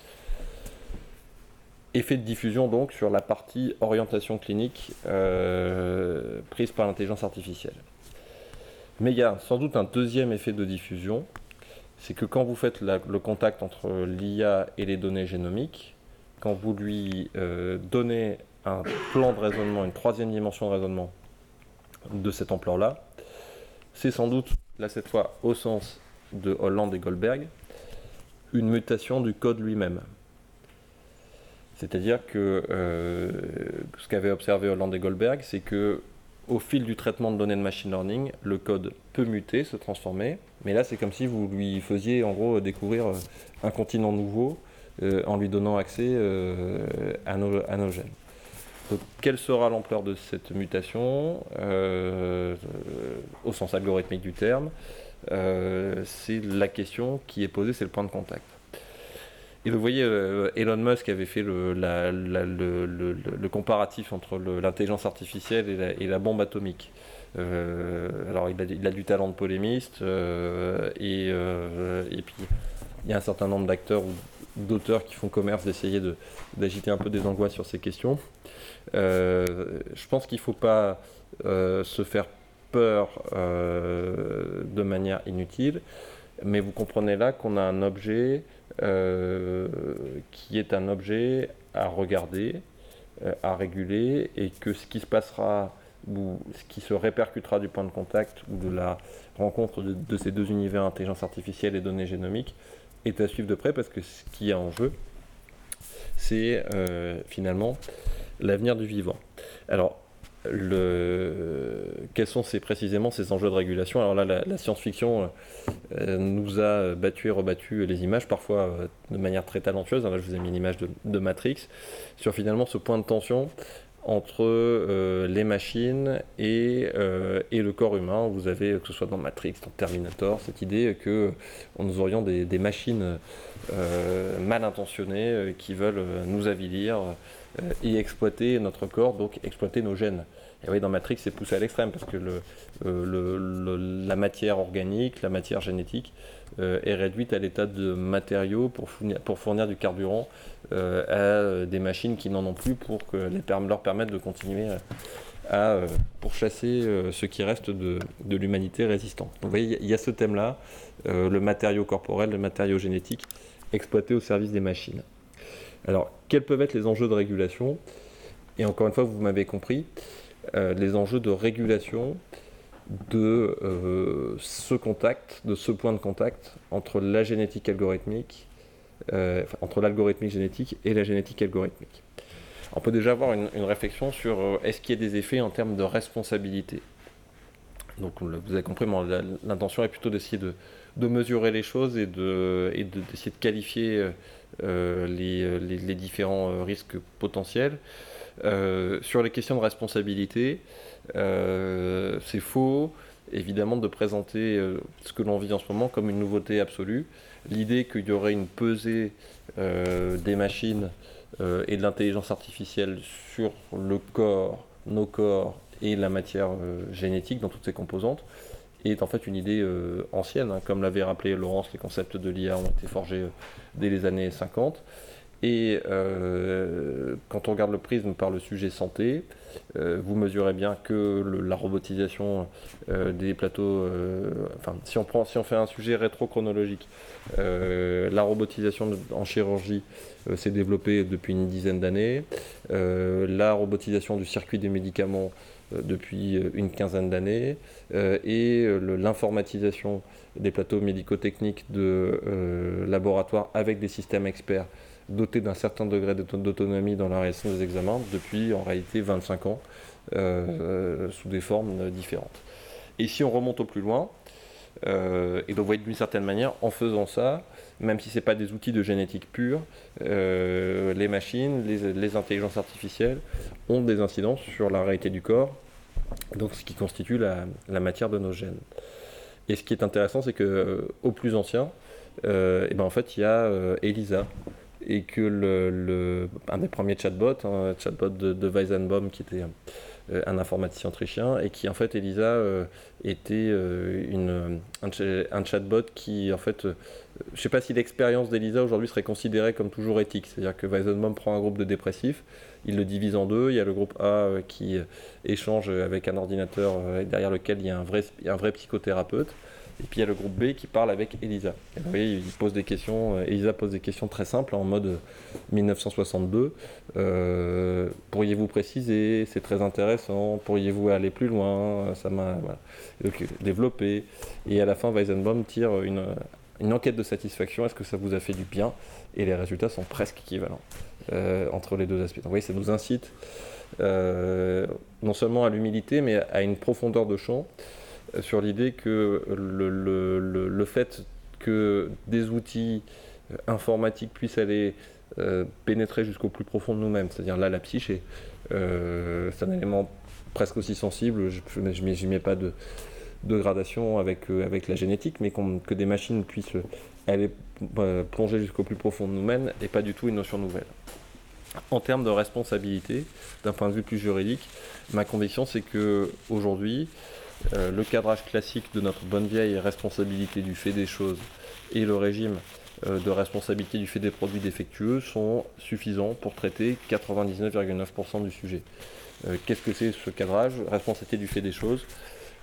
Effet de diffusion donc sur la partie orientation clinique euh, prise par l'intelligence artificielle. Mais il y a sans doute un deuxième effet de diffusion, c'est que quand vous faites la, le contact entre l'I A et les données génomiques, quand vous lui euh, donnez un plan de raisonnement, une troisième dimension de raisonnement de cette ampleur-là, c'est sans doute, là cette fois au sens de Holland et Goldberg, une mutation du code lui-même. C'est-à-dire que euh, ce qu'avaient observé Holland et Goldberg, c'est que au fil du traitement de données de machine learning, le code peut muter, se transformer, mais là c'est comme si vous lui faisiez en gros découvrir un continent nouveau euh, en lui donnant accès euh, à, nos, à nos gènes. Donc, quelle sera l'ampleur de cette mutation euh, euh, au sens algorithmique du terme? euh, C'est la question qui est posée, c'est le point de contact. Et vous voyez, euh, Elon Musk avait fait le, la, la, le, le, le comparatif entre l'intelligence artificielle et la, et la bombe atomique. Euh, alors, il a, il a du talent de polémiste, euh, et, euh, et puis il y a un certain nombre d'acteurs ou d'auteurs qui font commerce d'essayer de, d'agiter un peu des angoisses sur ces questions. Euh, je pense qu'il ne faut pas euh, se faire peur euh, de manière inutile, mais vous comprenez là qu'on a un objet euh, qui est un objet à regarder, euh, à réguler, et que ce qui se passera ou ce qui se répercutera du point de contact ou de la rencontre de, de ces deux univers, intelligence artificielle et données génomiques, est à suivre de près, parce que ce qu'il y a en jeu, c'est euh, finalement l'avenir du vivant. Alors, le... quels sont ces, précisément ces enjeux de régulation? Alors là, la, la science-fiction euh, nous a battu et rebattu les images, parfois euh, de manière très talentueuse. Là, je vous ai mis une image de, de Matrix, sur finalement ce point de tension entre euh, les machines et, euh, et le corps humain. Vous avez, que ce soit dans Matrix, dans Terminator, cette idée que nous aurions des, des machines euh, mal intentionnées euh, qui veulent nous avilir euh, et exploiter notre corps, donc exploiter nos gènes. Et oui, dans Matrix, c'est poussé à l'extrême, parce que le, euh, le, le, la matière organique, la matière génétique, euh, est réduite à l'état de matériaux pour fournir, pour fournir du carburant euh, à des machines qui n'en ont plus, pour que les per leur permettre de continuer à euh, pourchasser euh, ce qui reste de, de l'humanité résistante. Donc, vous voyez, il y a ce thème-là, euh, le matériau corporel, le matériau génétique, exploité au service des machines. Alors, quels peuvent être les enjeux de régulation? Et encore une fois, vous m'avez compris, Euh, les enjeux de régulation de euh, ce contact, de ce point de contact entre la génétique algorithmique, euh, enfin, entre l'algorithmique génétique et la génétique algorithmique. On peut déjà avoir une, une réflexion sur euh, est-ce qu'il y a des effets en termes de responsabilité. Donc vous avez compris, l'intention est plutôt d'essayer de, de mesurer les choses et de, et de, d'essayer de qualifier euh, les, les, les différents risques potentiels. Euh, sur les questions de responsabilité, euh, c'est faux, évidemment, de présenter euh, ce que l'on vit en ce moment comme une nouveauté absolue. L'idée qu'il y aurait une pesée euh, des machines euh, et de l'intelligence artificielle sur le corps, nos corps et la matière euh, génétique dans toutes ses composantes est en fait une idée euh, ancienne. Hein. Comme l'avait rappelé Laurence, les concepts de l'I A ont été forgés euh, dès les années cinquante. Et euh, quand on regarde le prisme par le sujet santé, euh, vous mesurez bien que le, la robotisation euh, des plateaux, euh, enfin si on, prend, si on fait un sujet rétro-chronologique, euh, la robotisation de, en chirurgie euh, s'est développée depuis une dizaine d'années, euh, la robotisation du circuit des médicaments euh, depuis une quinzaine d'années, euh, et euh, l'informatisation des plateaux médico-techniques de euh, laboratoires avec des systèmes experts dotés d'un certain degré d'autonomie dans la réalisation des examens depuis en réalité vingt-cinq ans, euh, sous des formes différentes. Et si on remonte au plus loin, euh, et donc vous voyez d'une certaine manière, en faisant ça, même si ce n'est pas des outils de génétique pure, euh, les machines, les, les intelligences artificielles ont des incidences sur la réalité du corps, donc ce qui constitue la, la matière de nos gènes. Et ce qui est intéressant, c'est qu'au euh, plus ancien, euh, et ben en fait, il y a euh, ELISA, et que le, le, un des premiers chatbots, un chatbot de, de Weizenbaum, qui était euh, un informaticien autrichien, et qui en fait, ELISA euh, était euh, une, un, un chatbot qui en fait, euh, je ne sais pas si l'expérience d'ELISA aujourd'hui serait considérée comme toujours éthique, c'est-à-dire que Weizenbaum prend un groupe de dépressifs, il le divise en deux, il y a le groupe A euh, qui euh, échange avec un ordinateur euh, derrière lequel il y a un vrai, un vrai psychothérapeute. Et puis il y a le groupe B qui parle avec ELISA. Et vous voyez, il pose des questions, euh, ELISA pose des questions très simples en mode mille neuf cent soixante-deux. Euh, pourriez-vous préciser? C'est très intéressant. Pourriez-vous aller plus loin? Ça m'a voilà. Donc, développé. Et à la fin, Weizenbaum tire une, une enquête de satisfaction. Est-ce que ça vous a fait du bien? Et les résultats sont presque équivalents euh, entre les deux aspects. Donc, vous voyez, ça nous incite euh, non seulement à l'humilité, mais à une profondeur de champ, sur l'idée que le, le, le, le fait que des outils informatiques puissent aller euh, pénétrer jusqu'au plus profond de nous-mêmes, c'est-à-dire là la psyché, euh, c'est un élément presque aussi sensible, je n'y mets pas de, de gradation avec, euh, avec la génétique, mais que des machines puissent aller euh, plonger jusqu'au plus profond de nous-mêmes n'est pas du tout une notion nouvelle. En termes de responsabilité, d'un point de vue plus juridique, ma conviction c'est qu'aujourd'hui, Euh, le cadrage classique de notre bonne vieille responsabilité du fait des choses et le régime euh, de responsabilité du fait des produits défectueux sont suffisants pour traiter quatre-vingt-dix-neuf virgule neuf pour cent du sujet. Euh, Qu'est-ce que c'est ce cadrage? Responsabilité du fait des choses.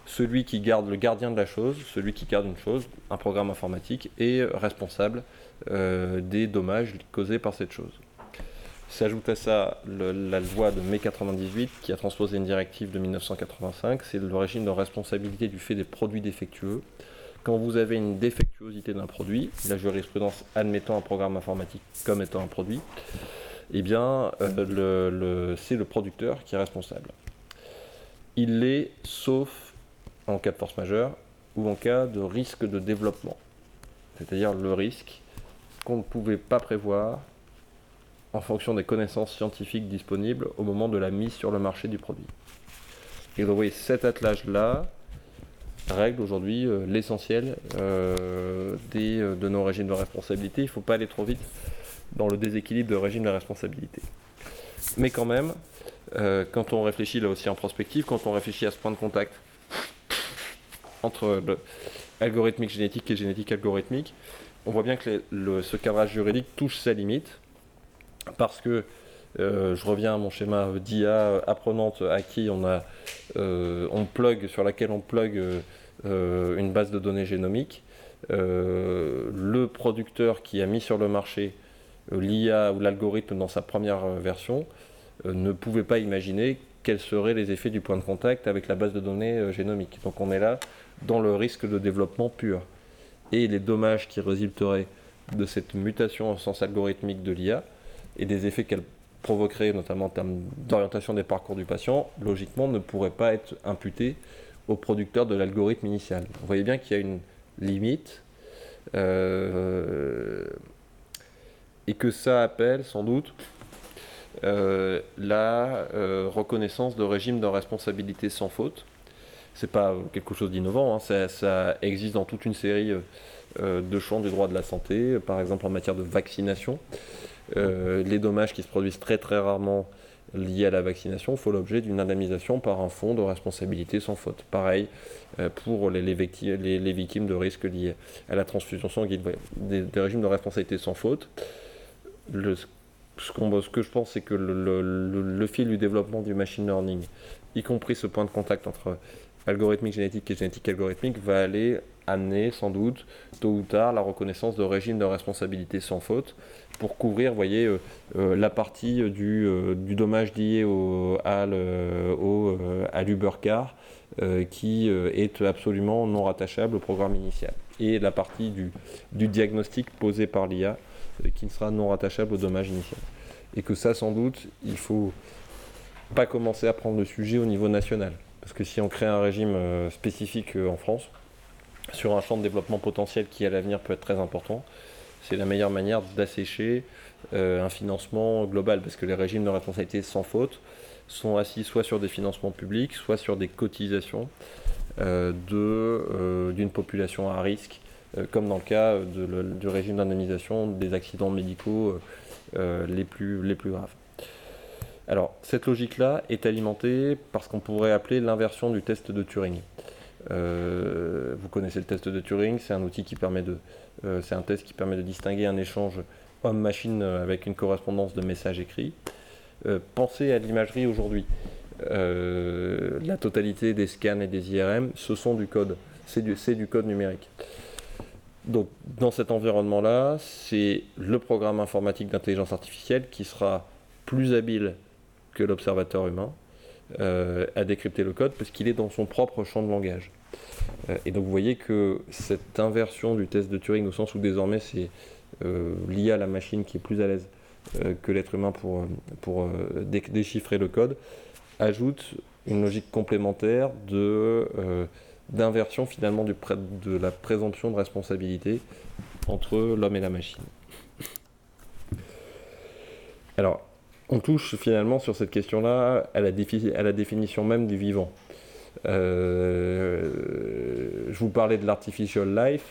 celui qui garde, le gardien de la chose, celui qui garde une chose, un programme informatique, est responsable euh, des dommages causés par cette chose. S'ajoute à ça le, la loi de mai quatre-vingt-dix-huit qui a transposé une directive de mille neuf cent quatre-vingt-cinq, c'est le régime de responsabilité du fait des produits défectueux. Quand vous avez une défectuosité d'un produit, la jurisprudence admettant un programme informatique comme étant un produit, eh bien, euh, le, le, c'est le producteur qui est responsable. Il l'est sauf en cas de force majeure ou en cas de risque de développement, c'est-à-dire le risque qu'on ne pouvait pas prévoir en fonction des connaissances scientifiques disponibles au moment de la mise sur le marché du produit. Et donc, oui, cet attelage-là règle aujourd'hui euh, l'essentiel euh, des, euh, de nos régimes de responsabilité. Il ne faut pas aller trop vite dans le déséquilibre de régime de responsabilité. Mais quand même, euh, quand on réfléchit là aussi en prospective, quand on réfléchit à ce point de contact entre le algorithmique génétique et génétique algorithmique, on voit bien que les, le, ce cadrage juridique touche sa limite, parce que euh, je reviens à mon schéma d'I A apprenante à qui on a euh, on plug, sur laquelle on plug euh, une base de données génomique. Euh, le producteur qui a mis sur le marché euh, l'I A ou l'algorithme dans sa première euh, version euh, ne pouvait pas imaginer quels seraient les effets du point de contact avec la base de données euh, génomique. Donc on est là dans le risque de développement pur. Et les dommages qui résulteraient de cette mutation au sens algorithmique de l'I A et des effets qu'elle provoquerait, notamment en termes d'orientation des parcours du patient, logiquement ne pourraient pas être imputés au producteur de l'algorithme initial. Vous voyez bien qu'il y a une limite euh, et que ça appelle sans doute euh, la euh, reconnaissance de régime de responsabilité sans faute. C'est pas quelque chose d'innovant, hein, ça, ça existe dans toute une série euh, de champs du droit de la santé, par exemple en matière de vaccination. Euh, les dommages qui se produisent très très rarement liés à la vaccination font l'objet d'une indemnisation par un fonds de responsabilité sans faute. Pareil euh, pour les, les, victimes, les, les victimes de risques liés à la transfusion sanguine. Des, des régimes de responsabilité sans faute. Le, ce, qu'on, ce que je pense, c'est que le, le, le, le fil du développement du machine learning, y compris ce point de contact entre algorithmique génétique et génétique algorithmique, va aller amener sans doute, tôt ou tard, la reconnaissance de régime de responsabilité sans faute pour couvrir, vous voyez, euh, euh, la partie du, euh, du dommage lié au, à, le, au, euh, à l'Uber Car euh, qui euh, est absolument non rattachable au programme initial. Et la partie du, du diagnostic posé par l'I A euh, qui ne sera non rattachable au dommage initial. Et que ça, sans doute, il ne faut pas commencer à prendre le sujet au niveau national. Parce que si on crée un régime euh, spécifique euh, en France, sur un champ de développement potentiel qui à l'avenir peut être très important, c'est la meilleure manière d'assécher euh, un financement global, parce que les régimes de responsabilité sans faute sont assis soit sur des financements publics, soit sur des cotisations euh, de, euh, d'une population à risque, euh, comme dans le cas de, le, du régime d'indemnisation des accidents médicaux euh, les, plus, les plus graves. Alors, cette logique-là est alimentée par ce qu'on pourrait appeler l'inversion du test de Turing. Euh, vous connaissez le test de Turing, c'est un outil qui permet de, euh, c'est un test qui permet de distinguer un échange homme-machine avec une correspondance de messages écrits. Euh, pensez à l'imagerie aujourd'hui. Euh, la totalité des scans et des I R M, ce sont du code, c'est du, c'est du code numérique. Donc, dans cet environnement-là, c'est le programme informatique d'intelligence artificielle qui sera plus habile que l'observateur humain euh, à décrypter le code parce qu'il est dans son propre champ de langage. Euh, et donc vous voyez que cette inversion du test de Turing, au sens où désormais c'est euh, l'I A à la machine qui est plus à l'aise euh, que l'être humain pour, pour euh, dé- déchiffrer le code, ajoute une logique complémentaire de, euh, d'inversion finalement du pré- de la présomption de responsabilité entre l'homme et la machine. Alors, on touche finalement sur cette question-là à la, défi- à la définition même du vivant. Euh, je vous parlais de l'artificial life.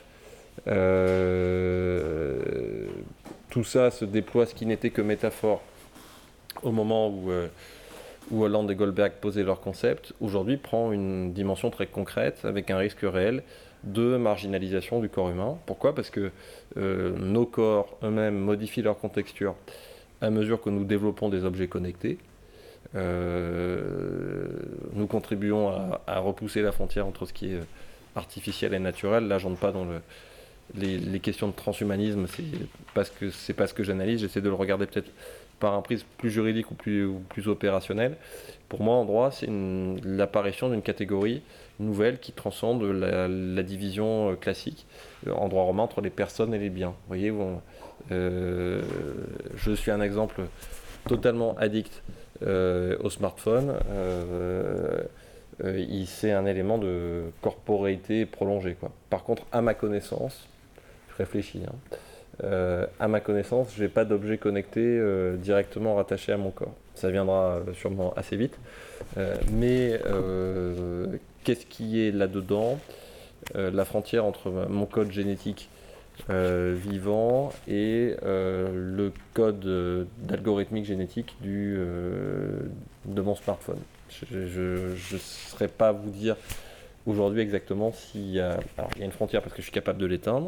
Euh, tout ça se déploie, ce qui n'était que métaphore au moment où, euh, où Hollande et Goldberg posaient leur concept, aujourd'hui prend une dimension très concrète avec un risque réel de marginalisation du corps humain. Pourquoi ? Parce que euh, nos corps eux-mêmes modifient leur contexture à mesure que nous développons des objets connectés. euh, nous contribuons à, à repousser la frontière entre ce qui est artificiel et naturel. Là, j'entre pas dans le, les, les questions de transhumanisme, c'est parce que c'est pas ce que j'analyse. J'essaie de le regarder peut-être par un prisme plus juridique ou plus, ou plus opérationnel. Pour moi, en droit, c'est une, l'apparition d'une catégorie nouvelle qui transcende la, la division euh, classique euh, en droit romain entre les personnes et les biens. Vous voyez, on, euh, je suis un exemple totalement addict euh, au smartphone. Euh, euh, c'est un élément de corporéité prolongée, quoi. Par contre, à ma connaissance, je réfléchis, hein, euh, à ma connaissance, je n'ai pas d'objet connecté euh, directement rattaché à mon corps. Ça viendra euh, sûrement assez vite. Euh, mais euh, qu'est-ce qui est là-dedans? euh, La frontière entre mon code génétique euh, vivant et euh, le code euh, d'algorithmique génétique du, euh, de mon smartphone. Je ne saurais pas vous dire aujourd'hui exactement s'il y a... Alors, il y a une frontière parce que je suis capable de l'éteindre.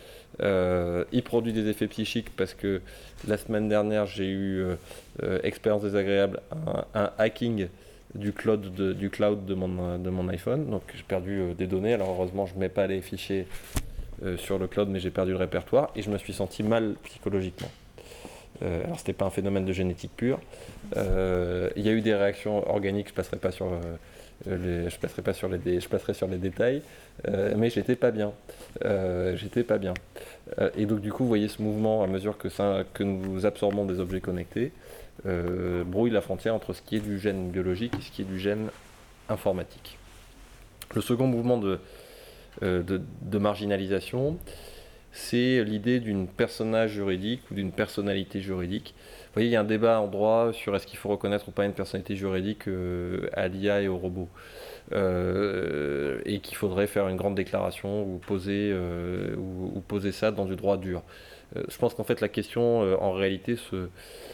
Euh, il produit des effets psychiques parce que la semaine dernière j'ai eu euh, euh, expérience désagréable, un, un hacking du cloud de, du cloud de mon, de mon iPhone, donc j'ai perdu euh, des données. Alors heureusement je ne mets pas les fichiers euh, sur le cloud, mais j'ai perdu le répertoire et je me suis senti mal psychologiquement. Euh, alors c'était pas un phénomène de génétique pure. Euh, il y a eu des réactions organiques, je passerai pas sur euh, les, je passerai pas sur les, je passerai sur les détails, euh, mais j'étais pas bien. Euh, j'étais pas bien. Euh, et donc du coup, vous voyez ce mouvement à mesure que, ça, que nous absorbons des objets connectés, euh, brouille la frontière entre ce qui est du gène biologique et ce qui est du gène informatique. Le second mouvement de, euh, de, de marginalisation, c'est l'idée d'une personnage juridique ou d'une personnalité juridique. Vous voyez, il y a un débat en droit sur est-ce qu'il faut reconnaître ou pas une personnalité juridique euh, à l'I A et aux robots. Euh, et qu'il faudrait faire une grande déclaration ou poser, euh, ou, ou poser ça dans du droit dur. Euh, je pense qu'en fait la question euh, en réalité se,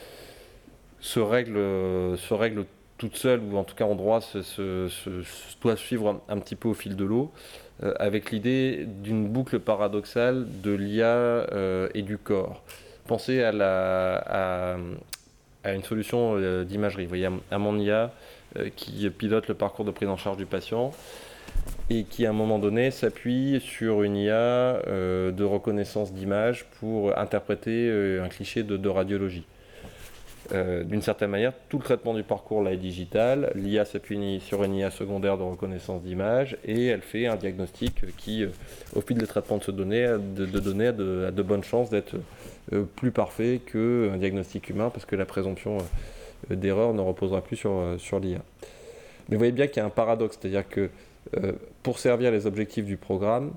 se, règle, se règle toute seule, ou en tout cas en droit se, se, se, doit suivre un, un petit peu au fil de l'eau, euh, avec l'idée d'une boucle paradoxale de l'I A euh, et du corps. Pensez à, la, à, à une solution euh, d'imagerie. Vous voyez, à, à mon I A euh, qui pilote le parcours de prise en charge du patient et qui à un moment donné s'appuie sur une I A euh, de reconnaissance d'image pour interpréter euh, un cliché de, de radiologie. Euh, d'une certaine manière, tout le traitement du parcours là est digital. L'I A s'appuie sur une I A secondaire de reconnaissance d'image et elle fait un diagnostic qui, euh, au fil des traitements de, ce données, de, de données, a de, a de bonnes chances d'être euh, plus parfait qu'un diagnostic humain parce que la présomption euh, d'erreur ne reposera plus sur, euh, sur l'I A. Mais vous voyez bien qu'il y a un paradoxe, c'est-à-dire que euh, pour servir les objectifs du programme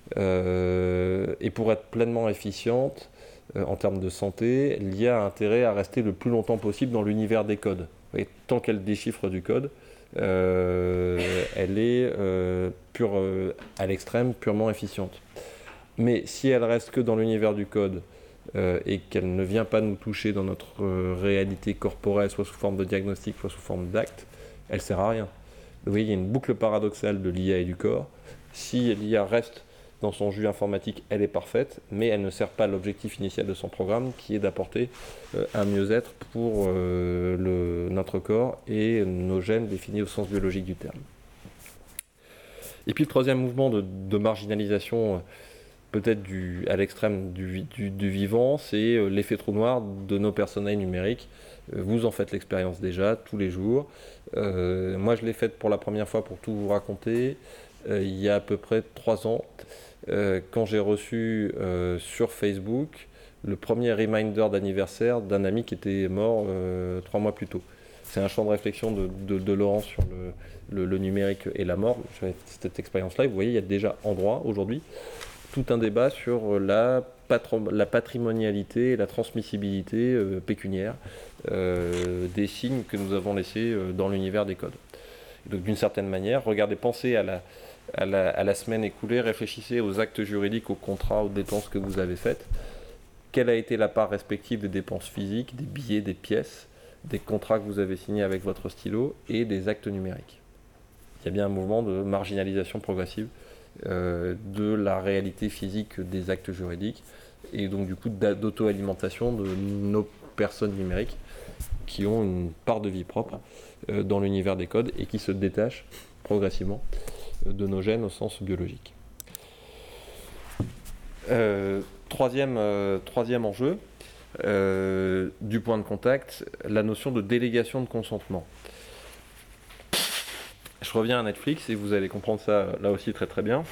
euh, et pour être pleinement efficiente, en termes de santé, l'I A a intérêt à rester le plus longtemps possible dans l'univers des codes. Et tant qu'elle déchiffre du code, euh, elle est euh, pure, euh, à l'extrême purement efficiente. Mais si elle reste que dans l'univers du code euh, et qu'elle ne vient pas nous toucher dans notre euh, réalité corporelle, soit sous forme de diagnostic, soit sous forme d'acte, elle ne sert à rien. Vous voyez, il y a une boucle paradoxale de l'I A et du corps. Si l'I A reste dans son jus informatique, elle est parfaite, mais elle ne sert pas à l'objectif initial de son programme, qui est d'apporter euh, un mieux-être pour euh, le, notre corps et nos gènes définis au sens biologique du terme. Et puis le troisième mouvement de, de marginalisation, peut-être du, à l'extrême du, du, du vivant, c'est euh, l'effet trou noir de nos personnels numériques. Euh, vous en faites l'expérience déjà, tous les jours. Euh, moi, je l'ai faite pour la première fois pour tout vous raconter, euh, il y a à peu près trois ans. Euh, quand j'ai reçu euh, sur Facebook le premier reminder d'anniversaire d'un ami qui était mort euh, trois mois plus tôt. C'est un champ de réflexion de, de, de Laurent sur le, le, le numérique et la mort. J'avais cette expérience-là, et vous voyez, il y a déjà en droit aujourd'hui tout un débat sur la, patro- la patrimonialité et la transmissibilité euh, pécuniaire euh, des signes que nous avons laissés euh, dans l'univers des codes. Et donc d'une certaine manière, regardez, pensez à la À la, à la semaine écoulée, réfléchissez aux actes juridiques, aux contrats, aux dépenses que vous avez faites. Quelle a été la part respective des dépenses physiques, des billets, des pièces, des contrats que vous avez signés avec votre stylo et des actes numériques. Il y a bien un mouvement de marginalisation progressive euh, de la réalité physique des actes juridiques et donc du coup d'auto-alimentation de nos personnes numériques qui ont une part de vie propre euh, dans l'univers des codes et qui se détachent progressivement euh, de nos gènes au sens biologique. Euh, troisième, euh, troisième enjeu, euh, du point de contact, la notion de délégation de consentement. Je reviens à Netflix et vous allez comprendre ça là aussi très très bien.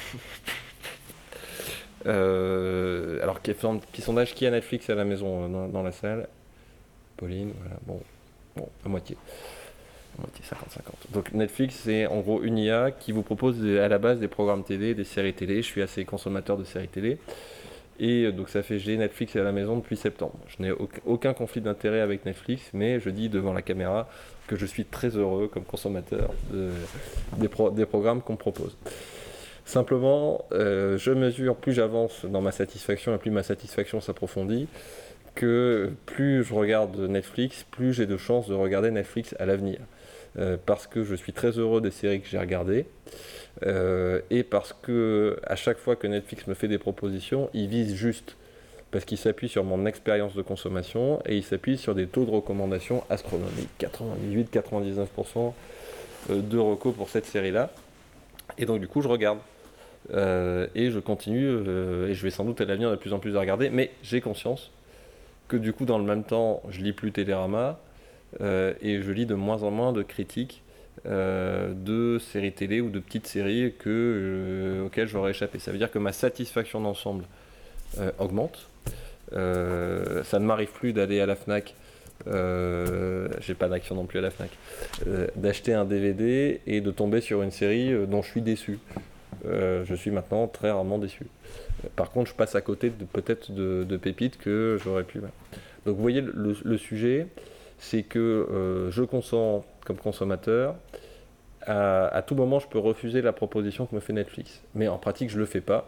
Euh, alors, petit sondage, qui a Netflix à la maison dans, dans la salle? Pauline, voilà, bon, bon, à moitié. À moitié, cinquante cinquante. Donc Netflix, c'est en gros une I A qui vous propose à la base des programmes télé, des séries télé. Je suis assez consommateur de séries télé. Et donc ça fait j'ai Netflix à la maison depuis septembre. Je n'ai aucun conflit d'intérêt avec Netflix, mais je dis devant la caméra que je suis très heureux comme consommateur de, des, pro, des programmes qu'on me propose. Simplement, euh, je mesure, plus j'avance dans ma satisfaction et plus ma satisfaction s'approfondit, que plus je regarde Netflix, plus j'ai de chances de regarder Netflix à l'avenir. Euh, parce que je suis très heureux des séries que j'ai regardées, euh, et parce que à chaque fois que Netflix me fait des propositions, il vise juste, parce qu'il s'appuie sur mon expérience de consommation, et il s'appuie sur des taux de recommandation astronomiques, quatre-vingt-dix-huit à quatre-vingt-dix-neuf pour cent de recos pour cette série-là. Et donc du coup je regarde. Euh, et je continue, euh, et je vais sans doute à l'avenir de plus en plus à regarder, mais j'ai conscience que du coup dans le même temps je lis plus Télérama, euh, et je lis de moins en moins de critiques euh, de séries télé ou de petites séries que, euh, auxquelles j'aurais échappé. Ça veut dire que ma satisfaction d'ensemble euh, augmente. Euh, ça ne m'arrive plus d'aller à la Fnac, euh, j'ai pas d'action non plus à la Fnac, euh, d'acheter un D V D et de tomber sur une série euh, dont je suis déçu. Euh, je suis maintenant très rarement déçu. Euh, par contre, je passe à côté de peut-être de, de pépites que j'aurais pu. Ouais. Donc, vous voyez, le, le sujet, c'est que euh, je consens comme consommateur. À, à tout moment, je peux refuser la proposition que me fait Netflix. Mais en pratique, je le fais pas.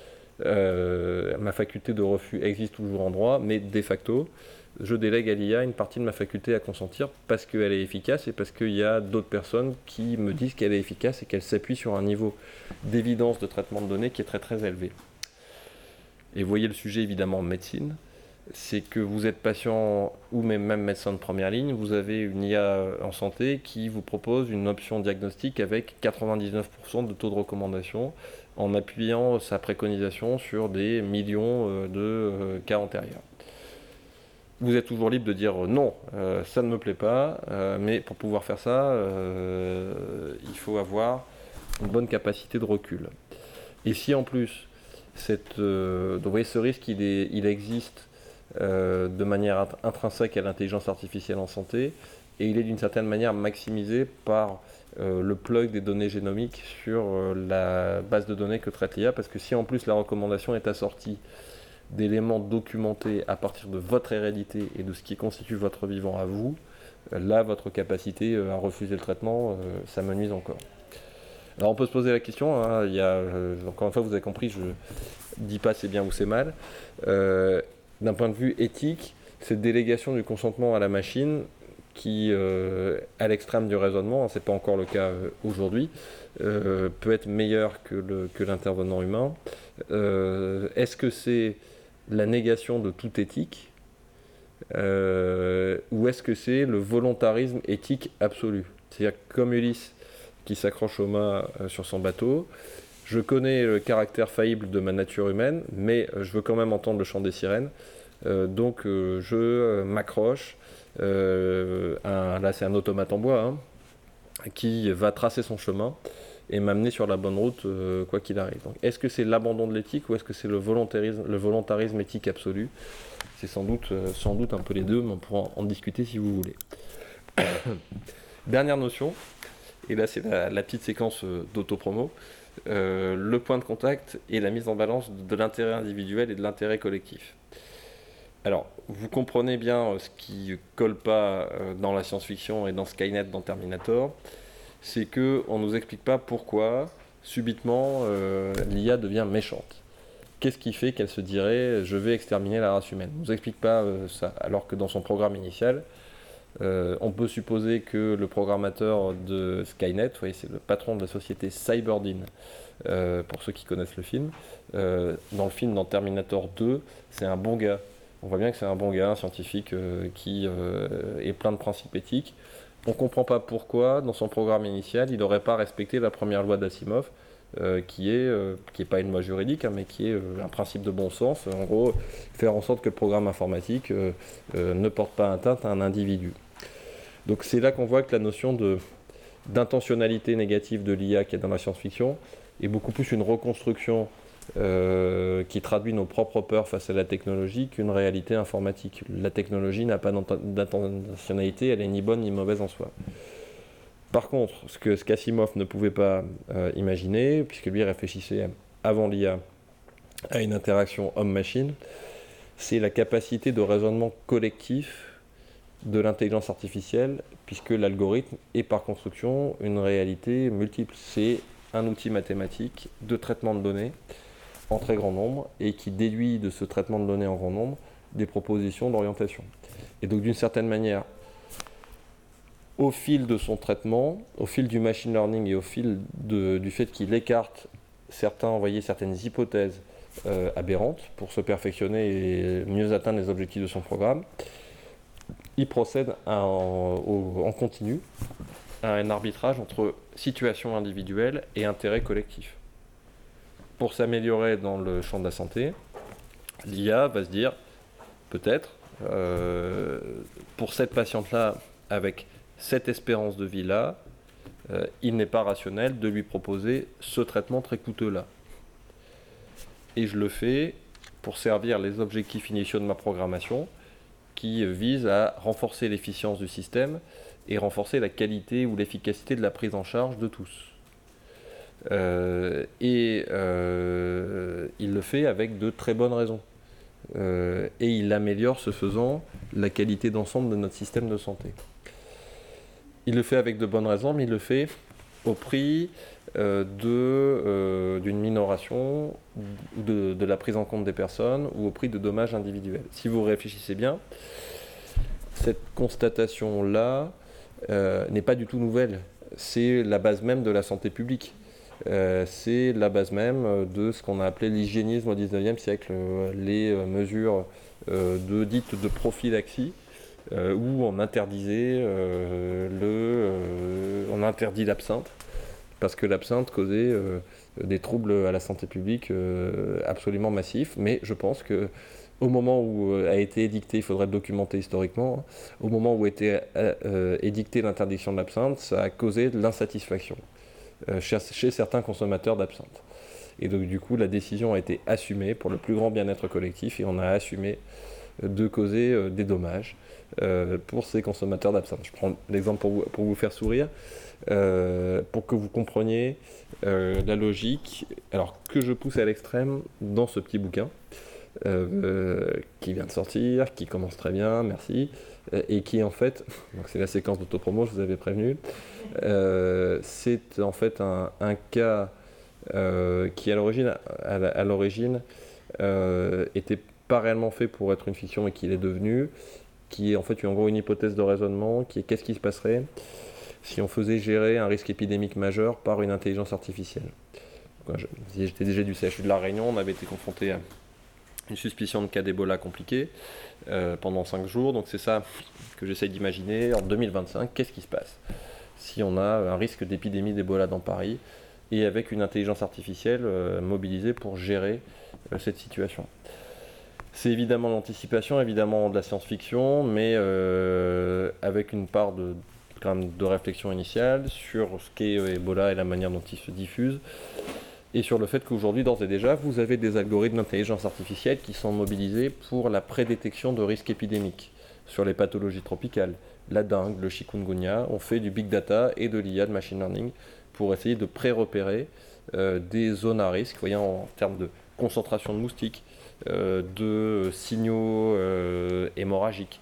Euh, ma faculté de refus existe toujours en droit, mais de facto, je délègue à l'I A une partie de ma faculté à consentir parce qu'elle est efficace et parce qu'il y a d'autres personnes qui me disent qu'elle est efficace et qu'elle s'appuie sur un niveau d'évidence de traitement de données qui est très très élevé. Et vous voyez le sujet évidemment en médecine, c'est que vous êtes patient ou même, même médecin de première ligne, vous avez une I A en santé qui vous propose une option diagnostique avec quatre-vingt-dix-neuf pour cent de taux de recommandation en appuyant sa préconisation sur des millions de cas antérieurs. Vous êtes toujours libre de dire non, euh, ça ne me plaît pas, euh, mais pour pouvoir faire ça, euh, il faut avoir une bonne capacité de recul. Et si en plus, cette, euh, donc vous voyez, ce risque, il, est, il existe euh, de manière intrinsèque à l'intelligence artificielle en santé, et il est d'une certaine manière maximisé par euh, le plug des données génomiques sur euh, la base de données que traite l'I A, parce que si en plus la recommandation est assortie d'éléments documentés à partir de votre hérédité et de ce qui constitue votre vivant à vous, là, votre capacité à refuser le traitement, ça me nuise encore. Alors on peut se poser la question, hein, il y a, encore une fois, vous avez compris, je ne dis pas c'est bien ou c'est mal. Euh, d'un point de vue éthique, cette délégation du consentement à la machine, qui, euh, à l'extrême du raisonnement, hein, c'est pas encore le cas euh, aujourd'hui, euh, peut être meilleure que, le, que l'intervenant humain. Euh, est-ce que c'est la négation de toute éthique, euh, ou est-ce que c'est le volontarisme éthique absolu? C'est-à-dire comme Ulysse qui s'accroche au mât euh, sur son bateau, je connais le caractère faillible de ma nature humaine, mais euh, je veux quand même entendre le chant des sirènes, euh, donc euh, je euh, m'accroche, euh, un, là c'est un automate en bois, hein, qui va tracer son chemin et m'amener sur la bonne route, euh, quoi qu'il arrive. Donc, est-ce que c'est l'abandon de l'éthique ou est-ce que c'est le volontarisme, le volontarisme éthique absolu? C'est sans doute, euh, sans doute un peu les deux, mais on pourra en, en discuter si vous voulez. Dernière notion, et là c'est la, la petite séquence euh, d'autopromo, euh, le point de contact et la mise en balance de, de l'intérêt individuel et de l'intérêt collectif. Alors, vous comprenez bien euh, ce qui colle pas euh, dans la science-fiction et dans Skynet, dans Terminator, c'est qu'on ne nous explique pas pourquoi, subitement, euh, l'I A devient méchante. Qu'est-ce qui fait qu'elle se dirait « je vais exterminer la race humaine » ? On ne nous explique pas euh, ça, alors que dans son programme initial, euh, on peut supposer que le programmateur de Skynet, vous voyez, c'est le patron de la société Cyberdyne, euh, pour ceux qui connaissent le film, euh, dans le film, dans Terminator deux, c'est un bon gars. On voit bien que c'est un bon gars, un scientifique euh, qui euh, est plein de principes éthiques. On ne comprend pas pourquoi, dans son programme initial, il n'aurait pas respecté la première loi d'Asimov, euh, qui est, euh, qui est pas une loi juridique, hein, mais qui est euh, un principe de bon sens. En gros, faire en sorte que le programme informatique euh, euh, ne porte pas atteinte à un individu. Donc c'est là qu'on voit que la notion de, d'intentionnalité négative de l'I A qui est dans la science-fiction est beaucoup plus une reconstruction euh, qui traduit nos propres peurs face à la technologie qu'une réalité informatique. La technologie n'a pas d'intentionnalité, elle est ni bonne ni mauvaise en soi. Par contre, ce que ce qu'Asimov ne pouvait pas euh, imaginer, puisque lui réfléchissait avant l'I A à une interaction homme-machine, c'est la capacité de raisonnement collectif de l'intelligence artificielle, puisque l'algorithme est par construction une réalité multiple. C'est un outil mathématique de traitement de données en très grand nombre et qui déduit de ce traitement de données en grand nombre des propositions d'orientation. Et donc d'une certaine manière, au fil de son traitement, au fil du machine learning et au fil de, du fait qu'il écarte certains, envoyer certaines hypothèses euh, aberrantes pour se perfectionner et mieux atteindre les objectifs de son programme, il procède à, en, au, en continu à un arbitrage entre situation individuelle et intérêt collectif. Pour s'améliorer dans le champ de la santé, l'I A va se dire, peut-être, euh, pour cette patiente-là, avec cette espérance de vie-là, euh, il n'est pas rationnel de lui proposer ce traitement très coûteux-là. Et je le fais pour servir les objectifs initiaux de ma programmation, qui visent à renforcer l'efficience du système et renforcer la qualité ou l'efficacité de la prise en charge de tous. Euh, et euh, il le fait avec de très bonnes raisons. Euh, et il améliore, ce faisant, la qualité d'ensemble de notre système de santé. Il le fait avec de bonnes raisons, mais il le fait au prix euh, de, euh, d'une minoration de, de la prise en compte des personnes ou au prix de dommages individuels. Si vous réfléchissez bien, cette constatation-là euh, n'est pas du tout nouvelle. C'est la base même de la santé publique. Euh, c'est la base même de ce qu'on a appelé l'hygiénisme au dix-neuvième siècle, euh, les euh, mesures euh, de, dites de prophylaxie, euh, où on interdisait euh, le, euh, on interdit l'absinthe, parce que l'absinthe causait euh, des troubles à la santé publique euh, absolument massifs. Mais je pense que au moment où a été édicté, il faudrait le documenter historiquement, au moment où a été euh, édictée l'interdiction de l'absinthe, ça a causé de l'insatisfaction euh, chez, chez certains consommateurs d'absinthe. Et donc du coup, la décision a été assumée pour le plus grand bien-être collectif et on a assumé de causer euh, des dommages euh, pour ces consommateurs d'absinthe. Je prends l'exemple pour vous, pour vous faire sourire, euh, pour que vous compreniez euh, la logique, alors que je pousse à l'extrême dans ce petit bouquin. Euh, euh, qui vient de sortir, qui commence très bien, merci, euh, et qui en fait, donc c'est la séquence d'autopromo, je vous avais prévenu, euh, c'est en fait un, un cas euh, qui à l'origine, à, à l'origine euh, était pas réellement fait pour être une fiction mais qui l'est devenu, qui est en fait en gros une hypothèse de raisonnement, qui est qu'est-ce qui se passerait si on faisait gérer un risque épidémique majeur par une intelligence artificielle. Donc, je, j'étais D G du C H U de La Réunion, on avait été confronté à une suspicion de cas d'Ebola compliqué euh, pendant cinq jours. Donc c'est ça que j'essaye d'imaginer. En deux mille vingt-cinq, qu'est-ce qui se passe si on a un risque d'épidémie d'Ebola dans Paris et avec une intelligence artificielle euh, mobilisée pour gérer euh, cette situation. C'est évidemment l'anticipation, évidemment de la science-fiction, mais euh, avec une part de, quand même, de réflexion initiale sur ce qu'est Ebola et la manière dont il se diffuse. Et sur le fait qu'aujourd'hui, d'ores et déjà, vous avez des algorithmes d'intelligence artificielle qui sont mobilisés pour la prédétection de risques épidémiques sur les pathologies tropicales. La dengue, le chikungunya, on fait du big data et de l'I A, de machine learning, pour essayer de pré-repérer euh, des zones à risque, voyez, en termes de concentration de moustiques, euh, de signaux euh, hémorragiques.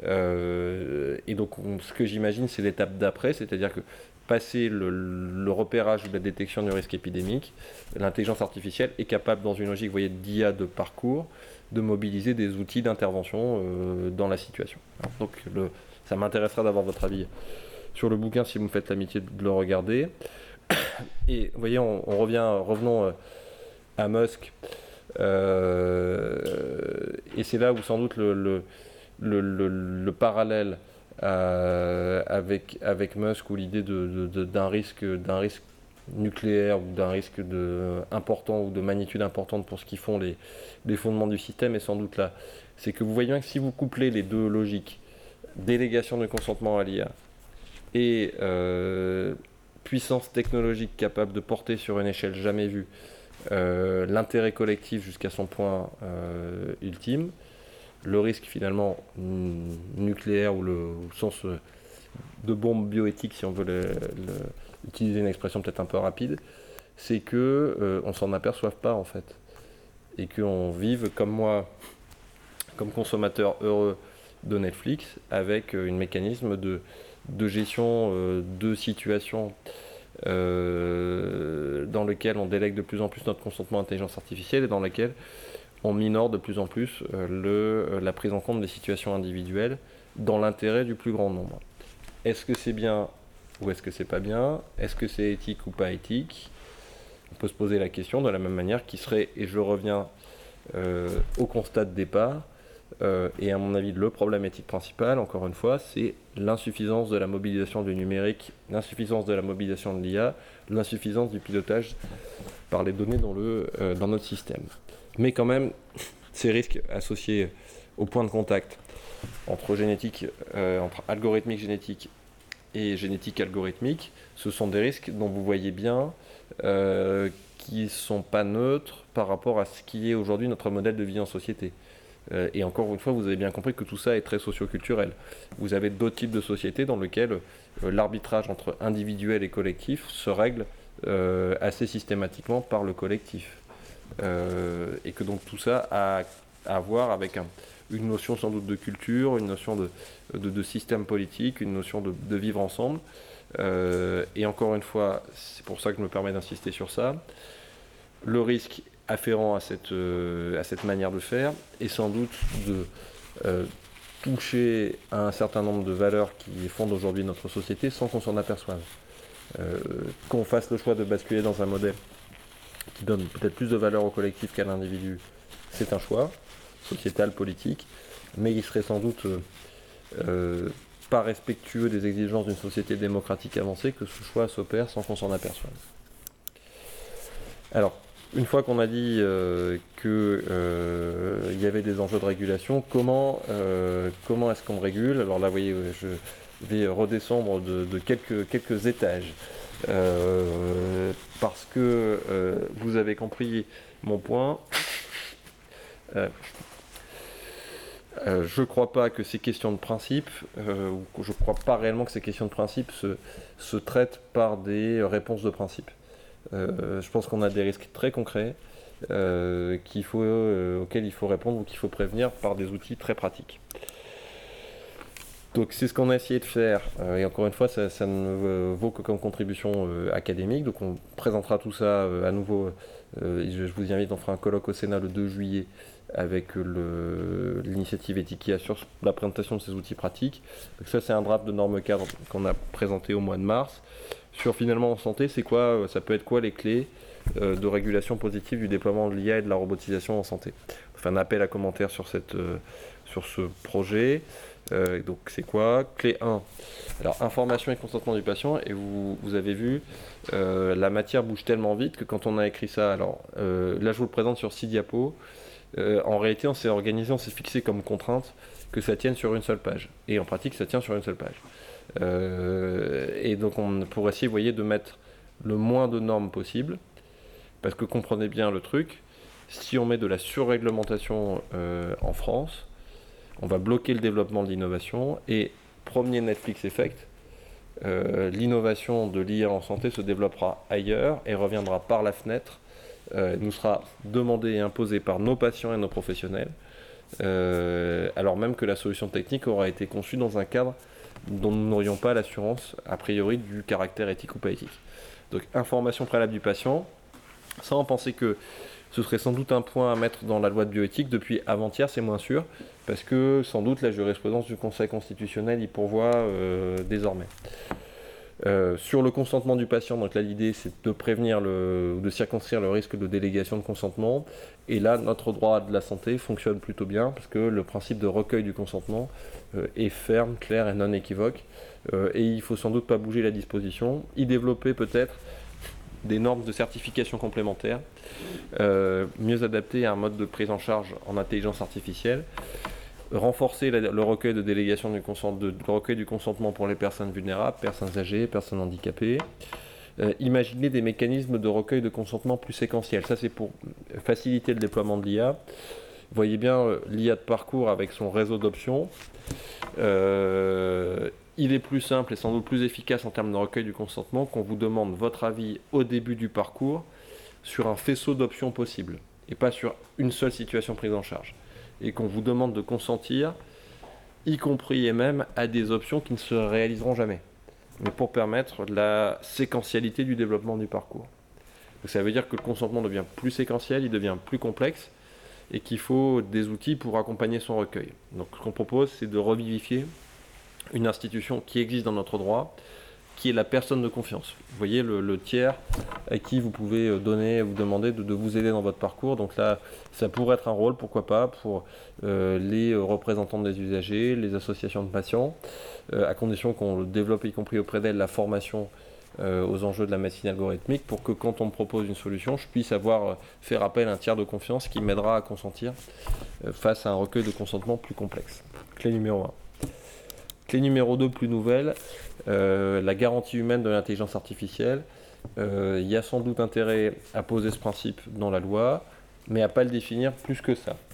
Euh, et donc, on, ce que j'imagine, c'est l'étape d'après, c'est-à-dire que passer le, le repérage de la détection du risque épidémique, l'intelligence artificielle est capable, dans une logique, vous voyez, d'I A de parcours, de mobiliser des outils d'intervention euh, dans la situation. Alors, donc, le, ça m'intéressera d'avoir votre avis sur le bouquin si vous me faites l'amitié de le regarder. Et vous voyez, on, on revient, revenons à Musk. Euh, et c'est là où sans doute le, le, le, le, le parallèle euh, avec, avec Musk ou l'idée de, de, de, d'un risque, d'un risque nucléaire ou d'un risque de, important ou de magnitude importante pour ce qui font les, les fondements du système est sans doute là. C'est que vous voyez bien que si vous couplez les deux logiques, délégation de consentement à l'I A et euh, puissance technologique capable de porter sur une échelle jamais vue euh, l'intérêt collectif jusqu'à son point euh, ultime, le risque finalement n- nucléaire ou le au sens euh, de bombe bioéthique, si on veut le, le, utiliser une expression peut-être un peu rapide, c'est que euh, on s'en aperçoive pas en fait, et qu'on vive comme moi, comme consommateur heureux de Netflix, avec euh, un mécanisme de, de gestion euh, de situation euh, dans lequel on délègue de plus en plus notre consentement à l'intelligence artificielle et dans lequel on minore de plus en plus euh, le, euh, la prise en compte des situations individuelles dans l'intérêt du plus grand nombre. Est-ce que c'est bien ou est-ce que c'est pas bien? Est-ce que c'est éthique ou pas éthique? On peut se poser la question de la même manière qui serait, et je reviens euh, au constat de départ, euh, et à mon avis le problème éthique principal, encore une fois, c'est l'insuffisance de la mobilisation du numérique, l'insuffisance de la mobilisation de l'I A, l'insuffisance du pilotage par les données dans, le, euh, dans notre système. Mais quand même, ces risques associés au point de contact entre génétique, euh, entre algorithmique génétique et génétique algorithmique, ce sont des risques dont vous voyez bien euh, qui ne sont pas neutres par rapport à ce qui est aujourd'hui notre modèle de vie en société. Euh, et encore une fois, vous avez bien compris que tout ça est très socio-culturel. Vous avez d'autres types de sociétés dans lesquelles euh, l'arbitrage entre individuel et collectif se règle euh, assez systématiquement par le collectif. Euh, et que donc tout ça a à voir avec un, une notion sans doute de culture, une notion de, de, de système politique, une notion de, de vivre ensemble. Euh, et encore une fois, c'est pour ça que je me permets d'insister sur ça, le risque afférent à cette, euh, à cette manière de faire est sans doute de euh, toucher à un certain nombre de valeurs qui fondent aujourd'hui notre société sans qu'on s'en aperçoive. Euh, qu'on fasse le choix de basculer dans un modèle qui donne peut-être plus de valeur au collectif qu'à l'individu, c'est un choix sociétal, politique, mais il serait sans doute euh, euh, pas respectueux des exigences d'une société démocratique avancée que ce choix s'opère sans qu'on s'en aperçoive. Alors, une fois qu'on a dit euh, qu'il euh, y avait des enjeux de régulation, comment, euh, comment est-ce qu'on régule? Alors là, vous voyez, je vais redescendre de, de quelques, quelques étages. Euh, parce que euh, vous avez compris mon point. Euh, euh, je ne crois pas que ces questions de principe, euh, ou je ne crois pas réellement que ces questions de principe se, se traitent par des réponses de principe. Euh, je pense qu'on a des risques très concrets euh, qu'il faut, euh, auxquels il faut répondre ou qu'il faut prévenir par des outils très pratiques. Donc c'est ce qu'on a essayé de faire, euh, et encore une fois ça, ça ne vaut que comme contribution euh, académique, donc on présentera tout ça euh, à nouveau, euh, je, je vous y invite, on fera un colloque au Sénat le deux juillet avec le, l'initiative Ethikia sur la présentation de ces outils pratiques. Donc ça c'est un draft de norme cadre qu'on a présenté au mois de mars. Sur finalement en santé, c'est quoi, ça peut être quoi les clés euh, de régulation positive du déploiement de l'I A et de la robotisation en santé. On fait un appel à commentaires sur, cette, euh, sur ce projet. Euh, donc c'est quoi? Clé un. Alors information et consentement du patient, et vous, vous avez vu, euh, la matière bouge tellement vite que quand on a écrit ça, alors euh, là je vous le présente sur six diapos, euh, en réalité on s'est organisé, on s'est fixé comme contrainte que ça tienne sur une seule page. Et en pratique ça tient sur une seule page. Euh, et donc on pourrait essayer, vous voyez, de mettre le moins de normes possible, parce que comprenez bien le truc, si on met de la surréglementation euh, en France, on va bloquer le développement de l'innovation, et premier Netflix effect, euh, l'innovation de l'I A en santé se développera ailleurs et reviendra par la fenêtre, euh, nous sera demandée et imposée par nos patients et nos professionnels, euh, alors même que la solution technique aura été conçue dans un cadre dont nous n'aurions pas l'assurance, a priori, du caractère éthique ou pas éthique. Donc information préalable du patient, sans penser que ce serait sans doute un point à mettre dans la loi de bioéthique. Depuis avant-hier, c'est moins sûr, parce que sans doute la jurisprudence du Conseil constitutionnel y pourvoit euh, désormais. Euh, sur le consentement du patient, donc là l'idée c'est de prévenir le, de circonscrire le risque de délégation de consentement. Et là notre droit de la santé fonctionne plutôt bien parce que le principe de recueil du consentement euh, est ferme, clair et non équivoque. Euh, et il faut sans doute pas bouger la disposition, y développer peut-être des normes de certification complémentaires, euh, mieux adaptées à un mode de prise en charge en intelligence artificielle. Renforcer la, le recueil de délégation du, consent, de, le recueil du consentement pour les personnes vulnérables, personnes âgées, personnes handicapées. Euh, imaginer des mécanismes de recueil de consentement plus séquentiels. Ça, c'est pour faciliter le déploiement de l'I A. Vous voyez bien euh, l'I A de parcours avec son réseau d'options. Euh, il est plus simple et sans doute plus efficace en termes de recueil du consentement qu'on vous demande votre avis au début du parcours sur un faisceau d'options possibles et pas sur une seule situation prise en charge. Et qu'on vous demande de consentir, y compris et même à des options qui ne se réaliseront jamais, mais pour permettre la séquentialité du développement du parcours. Donc ça veut dire que le consentement devient plus séquentiel, il devient plus complexe, et qu'il faut des outils pour accompagner son recueil. Donc ce qu'on propose, c'est de revivifier une institution qui existe dans notre droit, qui est la personne de confiance. Vous voyez, le, le tiers à qui vous pouvez donner, vous demander de, de vous aider dans votre parcours. Donc là, ça pourrait être un rôle, pourquoi pas, pour euh, les représentants des usagers, les associations de patients, euh, à condition qu'on développe, y compris auprès d'elles, la formation euh, aux enjeux de la médecine algorithmique, pour que quand on me propose une solution, je puisse avoir faire appel à un tiers de confiance qui m'aidera à consentir euh, face à un recueil de consentement plus complexe. Clé numéro un. Clé numéro deux, plus nouvelle, euh, la garantie humaine de l'intelligence artificielle. Euh, il y a sans doute intérêt à poser ce principe dans la loi, mais à ne pas le définir plus que ça.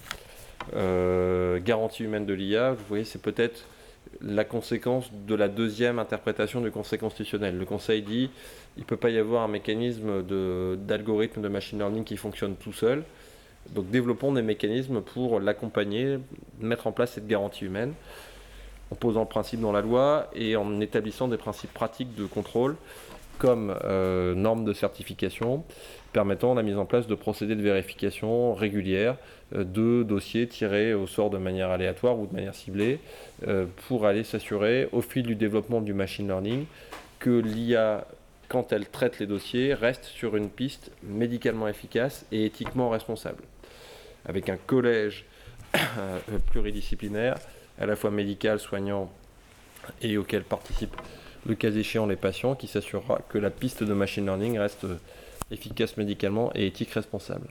Euh, garantie humaine de l'I A, vous voyez, c'est peut-être la conséquence de la deuxième interprétation du Conseil constitutionnel. Le Conseil dit qu'il ne peut pas y avoir un mécanisme de, d'algorithme de machine learning qui fonctionne tout seul. Donc développons des mécanismes pour l'accompagner, mettre en place cette garantie humaine, en posant le principe dans la loi et en établissant des principes pratiques de contrôle comme euh, normes de certification permettant la mise en place de procédés de vérification régulières euh, de dossiers tirés au sort de manière aléatoire ou de manière ciblée euh, pour aller s'assurer au fil du développement du machine learning que l'I A, quand elle traite les dossiers, reste sur une piste médicalement efficace et éthiquement responsable, avec un collège pluridisciplinaire à la fois médical, soignant et auquel participent le cas échéant les patients, qui s'assurera que la piste de machine learning reste efficace médicalement et éthique responsable.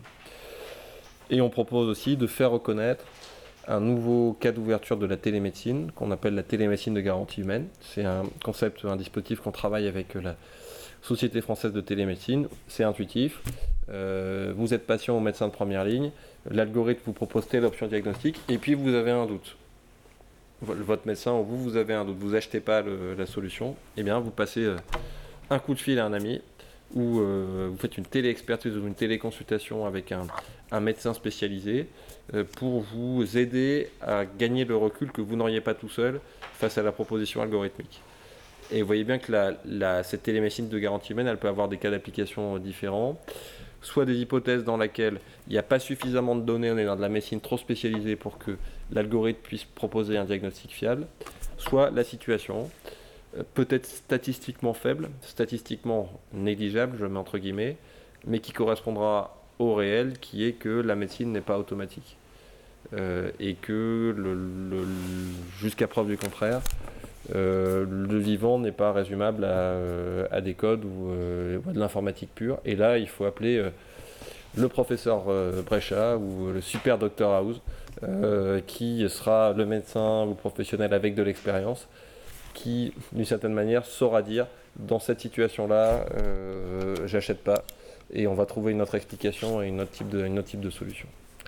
Et on propose aussi de faire reconnaître un nouveau cas d'ouverture de la télémédecine qu'on appelle la télémédecine de garantie humaine. C'est un concept, un dispositif qu'on travaille avec la Société française de télémédecine. C'est intuitif. Euh, vous êtes patient ou médecin de première ligne, l'algorithme vous propose telle option diagnostique et puis vous avez un doute. Votre médecin ou vous, vous avez un doute, vous achetez pas le, la solution, eh bien vous passez euh, un coup de fil à un ami ou euh, vous faites une télé-expertise ou une téléconsultation avec un, un médecin spécialisé euh, pour vous aider à gagner le recul que vous n'auriez pas tout seul face à la proposition algorithmique. Et vous voyez bien que la, la, cette télémédecine de garantie humaine, elle peut avoir des cas d'application différents, soit des hypothèses dans lesquelles il n'y a pas suffisamment de données, on est dans de la médecine trop spécialisée pour que l'algorithme puisse proposer un diagnostic fiable, soit la situation, euh, peut-être statistiquement faible, statistiquement négligeable, je mets entre guillemets, mais qui correspondra au réel, qui est que la médecine n'est pas automatique. Euh, et que le, le, jusqu'à preuve du contraire, euh, le vivant n'est pas résumable à, euh, à des codes ou euh, à de l'informatique pure. Et là, il faut appeler euh, le professeur euh, Breccia ou le super docteur House, euh, qui sera le médecin ou professionnel avec de l'expérience, qui, d'une certaine manière, saura dire dans cette situation-là, euh, j'achète pas, et on va trouver une autre explication et une autre type de, une autre type de solution.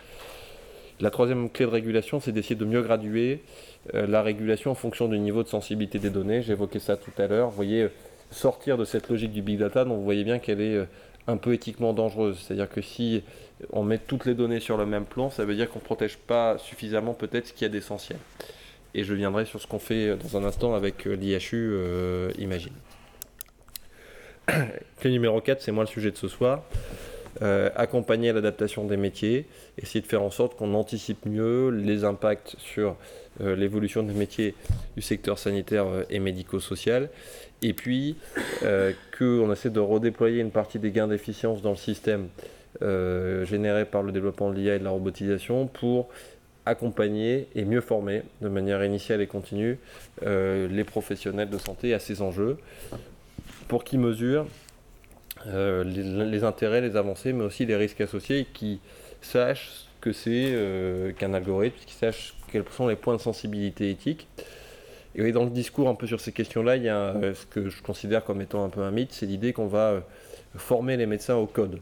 La troisième clé de régulation, c'est d'essayer de mieux graduer euh, la régulation en fonction du niveau de sensibilité des données. J'évoquais ça tout à l'heure. Vous voyez, sortir de cette logique du big data, donc vous voyez bien qu'elle est euh, un peu éthiquement dangereuse. C'est-à-dire que si on met toutes les données sur le même plan, ça veut dire qu'on ne protège pas suffisamment peut-être ce qu'il y a d'essentiel. Et je viendrai sur ce qu'on fait dans un instant avec euh, l'I H U euh, Imagine. Clé numéro quatre, c'est moi le sujet de ce soir. euh, accompagner l'adaptation des métiers, essayer de faire en sorte qu'on anticipe mieux les impacts sur euh, l'évolution des métiers du secteur sanitaire euh, et médico-social, et puis euh, qu'on essaie de redéployer une partie des gains d'efficience dans le système euh, générés par le développement de l'I A et de la robotisation pour accompagner et mieux former de manière initiale et continue euh, les professionnels de santé à ces enjeux pour qu'ils mesurent euh, les, les intérêts, les avancées, mais aussi les risques associés et qu'ils sachent ce que c'est euh, qu'un algorithme, qu'ils sachent quels sont les points de sensibilité éthique. Et oui, dans le discours un peu sur ces questions-là, il y a euh, ce que je considère comme étant un peu un mythe, c'est l'idée qu'on va euh, former les médecins au code.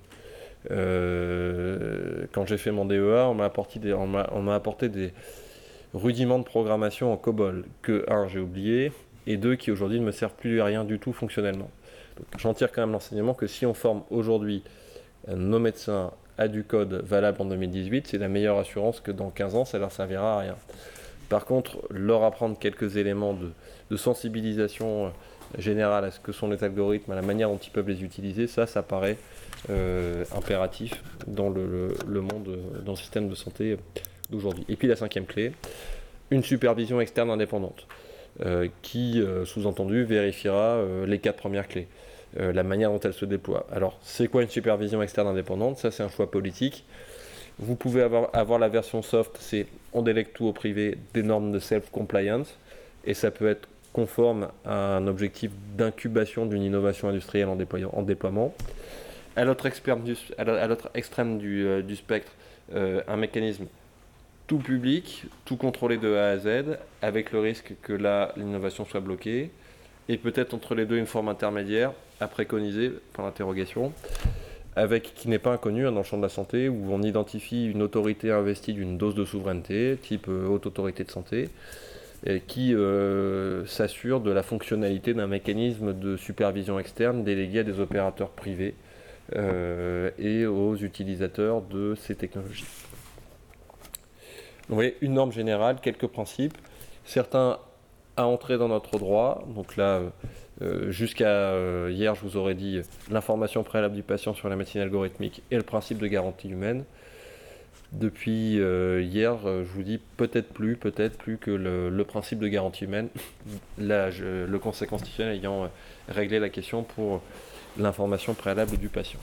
Euh, quand j'ai fait mon D E A, on m'a apporté des, on m'a, on m'a apporté des rudiments de programmation en COBOL que, un, j'ai oublié, et deux, qui aujourd'hui ne me servent plus à rien du tout fonctionnellement. Donc, j'en tire quand même l'enseignement que si on forme aujourd'hui euh, nos médecins à du code valable en deux mille dix-huit, c'est la meilleure assurance que dans quinze ans, ça leur servira à rien. Par contre, leur apprendre quelques éléments de, de sensibilisation générale à ce que sont les algorithmes, à la manière dont ils peuvent les utiliser, ça, ça paraît euh, impératif dans le, le, le monde, dans le système de santé d'aujourd'hui. Et puis la cinquième clé, une supervision externe indépendante, euh, qui, euh, sous-entendu, vérifiera euh, les quatre premières clés, euh, la manière dont elles se déploient. Alors, c'est quoi une supervision externe indépendante ? Ça, c'est un choix politique. Vous pouvez avoir, avoir la version soft, c'est on délègue tout au privé, des normes de self-compliance, et ça peut être conforme à un objectif d'incubation d'une innovation industrielle en, déployant, en déploiement. À l'autre extrême du, à l'autre extrême du, euh, du spectre, euh, un mécanisme tout public, tout contrôlé de A à Z, avec le risque que là, l'innovation soit bloquée, et peut-être entre les deux une forme intermédiaire à préconiser, pour l'interrogation, avec qui n'est pas inconnu dans le champ de la santé, où on identifie une autorité investie d'une dose de souveraineté, type euh, haute autorité de santé, et qui euh, s'assure de la fonctionnalité d'un mécanisme de supervision externe délégué à des opérateurs privés euh, et aux utilisateurs de ces technologies. Donc, vous voyez, une norme générale, quelques principes, certains à entrer dans notre droit, donc là, euh, jusqu'à euh, hier, je vous aurais dit l'information préalable du patient sur la médecine algorithmique et le principe de garantie humaine. Depuis euh, hier, euh, je vous dis peut-être plus, peut-être plus que le, le principe de garantie humaine, là, je, le Conseil constitutionnel ayant euh, réglé la question pour l'information préalable du patient.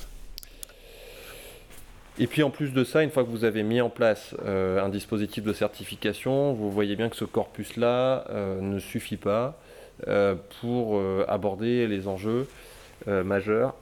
Et puis en plus de ça, une fois que vous avez mis en place euh, un dispositif de certification, vous voyez bien que ce corpus-là euh, ne suffit pas euh, pour euh, aborder les enjeux euh, majeurs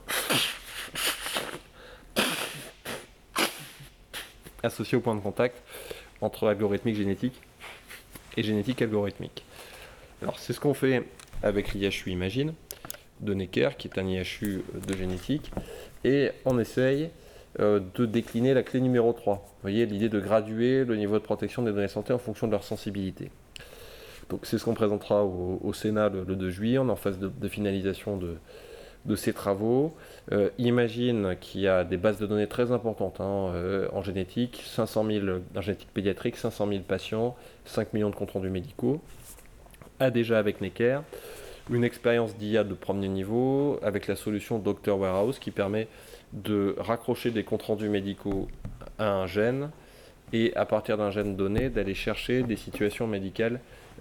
associés au point de contact entre algorithmique génétique et génétique algorithmique. Alors c'est ce qu'on fait avec l'I H U Imagine de Necker, qui est un I H U de génétique, et on essaye euh, de décliner la clé numéro trois. Vous voyez, l'idée de graduer le niveau de protection des données de santé en fonction de leur sensibilité. Donc c'est ce qu'on présentera au, au Sénat le, le deux juillet, on est en phase de, de finalisation de, de ces travaux. Euh, Imagine qu'il y a des bases de données très importantes hein, euh, en génétique, cinq cent mille en génétique pédiatrique, cinq cent mille patients, cinq millions de comptes rendus médicaux, a déjà avec Necker une expérience d'I A de premier niveau avec la solution Doctor Warehouse qui permet de raccrocher des comptes rendus médicaux à un gène et à partir d'un gène donné d'aller chercher des situations médicales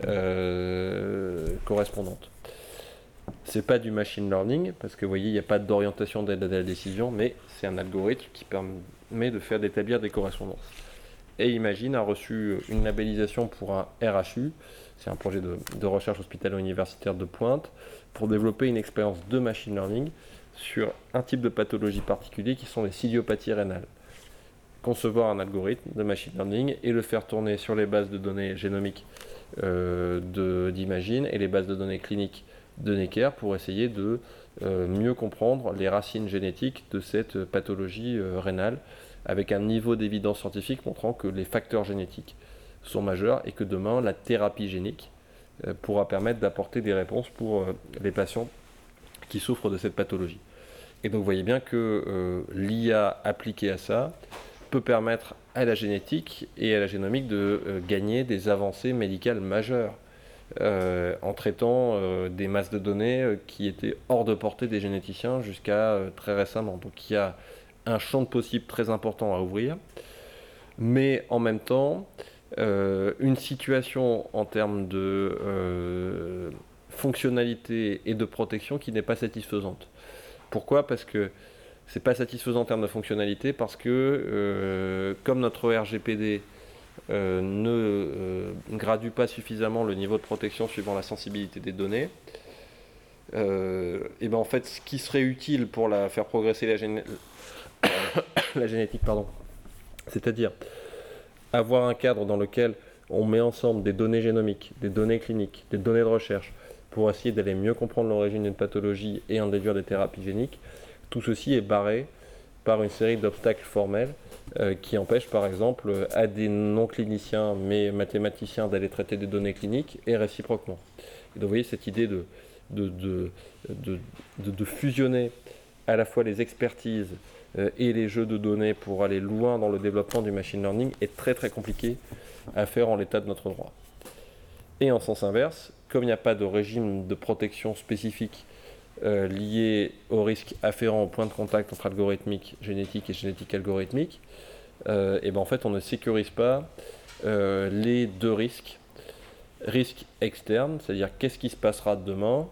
euh, correspondantes. C'est pas du machine learning parce que vous voyez il n'y a pas d'orientation d'aide à la décision, mais c'est un algorithme qui permet de faire d'établir des correspondances. Et Imagine a reçu une labellisation pour un R H U, c'est un projet de, de recherche hospitalo-universitaire de pointe, pour développer une expérience de machine learning sur un type de pathologie particulier qui sont les idiopathies rénales. Concevoir un algorithme de machine learning et le faire tourner sur les bases de données génomiques euh, de, d'Imagine et les bases de données cliniques de Necker pour essayer de euh, mieux comprendre les racines génétiques de cette pathologie euh, rénale avec un niveau d'évidence scientifique montrant que les facteurs génétiques sont majeurs et que demain la thérapie génique euh, pourra permettre d'apporter des réponses pour euh, les patients qui souffrent de cette pathologie. Et donc vous voyez bien que euh, l'I A appliquée à ça peut permettre à la génétique et à la génomique de euh, gagner des avancées médicales majeures euh, en traitant euh, des masses de données euh, qui étaient hors de portée des généticiens jusqu'à euh, très récemment. Donc il y a un champ de possibles très important à ouvrir, mais en même temps, euh, une situation en termes de euh, fonctionnalité et de protection qui n'est pas satisfaisante. Pourquoi ? Parce que c'est pas satisfaisant en termes de fonctionnalité, parce que euh, comme notre R G P D euh, ne euh, gradue pas suffisamment le niveau de protection suivant la sensibilité des données, euh, et ben en fait ce qui serait utile pour la, faire progresser la, géné- la génétique, pardon, c'est-à-dire avoir un cadre dans lequel on met ensemble des données génomiques, des données cliniques, des données de recherche, pour essayer d'aller mieux comprendre l'origine d'une pathologie et en déduire des thérapies géniques, tout ceci est barré par une série d'obstacles formels euh, qui empêchent par exemple à des non-cliniciens mais mathématiciens d'aller traiter des données cliniques et réciproquement. Et donc vous voyez cette idée de, de, de, de, de, de fusionner à la fois les expertises euh, et les jeux de données pour aller loin dans le développement du machine learning est très très compliqué à faire en l'état de notre droit. Et en sens inverse, comme il n'y a pas de régime de protection spécifique euh, lié au risque afférent au point de contact entre algorithmique génétique et génétique algorithmique, euh, et ben en fait on ne sécurise pas euh, les deux risques. Risque externe, c'est-à-dire qu'est-ce qui se passera demain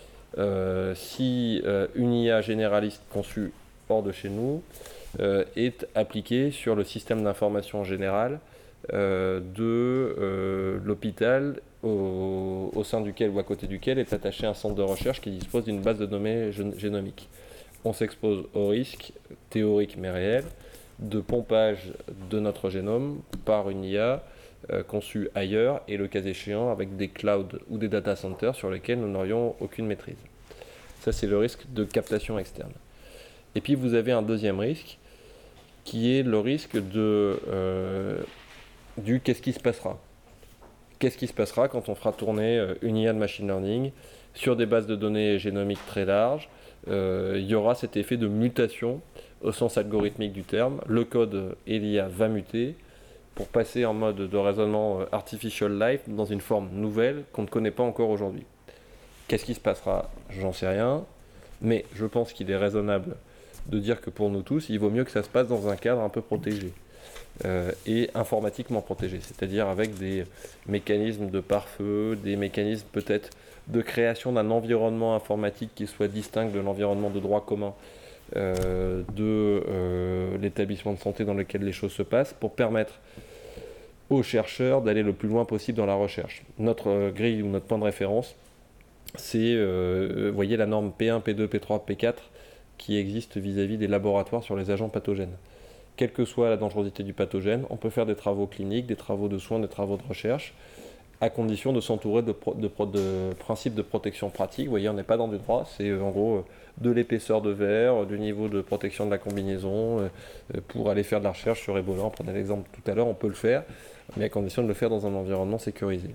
euh, si euh, une I A généraliste conçue hors de chez nous euh, est appliquée sur le système d'information générale euh, de euh, l'hôpital au, au sein duquel ou à côté duquel est attaché un centre de recherche qui dispose d'une base de données génomique. On s'expose au risque théorique mais réel de pompage de notre génome par une I A euh, conçue ailleurs et le cas échéant avec des clouds ou des data centers sur lesquels nous n'aurions aucune maîtrise. Ça, c'est le risque de captation externe. Et puis vous avez un deuxième risque qui est le risque de, euh, du qu'est-ce qui se passera. Qu'est-ce qui se passera quand on fera tourner une I A de machine learning sur des bases de données génomiques très larges. Euh, il y aura cet effet de mutation au sens algorithmique du terme. Le code et l'I A va muter pour passer en mode de raisonnement artificial life dans une forme nouvelle qu'on ne connaît pas encore aujourd'hui. Qu'est-ce qui se passera ? J'en sais rien, mais je pense qu'il est raisonnable de dire que pour nous tous, il vaut mieux que ça se passe dans un cadre un peu protégé euh, et informatiquement protégé, c'est-à-dire avec des mécanismes de pare-feu, des mécanismes peut-être de création d'un environnement informatique qui soit distinct de l'environnement de droit commun euh, de euh, l'établissement de santé dans lequel les choses se passent, pour permettre aux chercheurs d'aller le plus loin possible dans la recherche. Notre euh, grille ou notre point de référence, c'est, euh, vous voyez, la norme P un, P deux, P trois, P quatre qui existe vis-à-vis des laboratoires sur les agents pathogènes. Quelle que soit la dangerosité du pathogène, on peut faire des travaux cliniques, des travaux de soins, des travaux de recherche, à condition de s'entourer de, pro- de, pro- de principes de protection pratique. Vous voyez, on n'est pas dans du droit, c'est euh, en gros euh, de l'épaisseur de verre, euh, du niveau de protection de la combinaison, euh, euh, pour aller faire de la recherche sur Ebola. On prenait l'exemple tout à l'heure, on peut le faire, mais à condition de le faire dans un environnement sécurisé.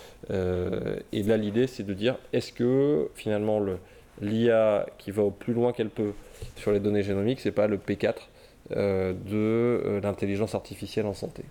Euh, et là, l'idée, c'est de dire, est-ce que finalement le, l'I A qui va au plus loin qu'elle peut sur les données génomiques, c'est pas le P quatre euh, de euh, l'intelligence artificielle en santé.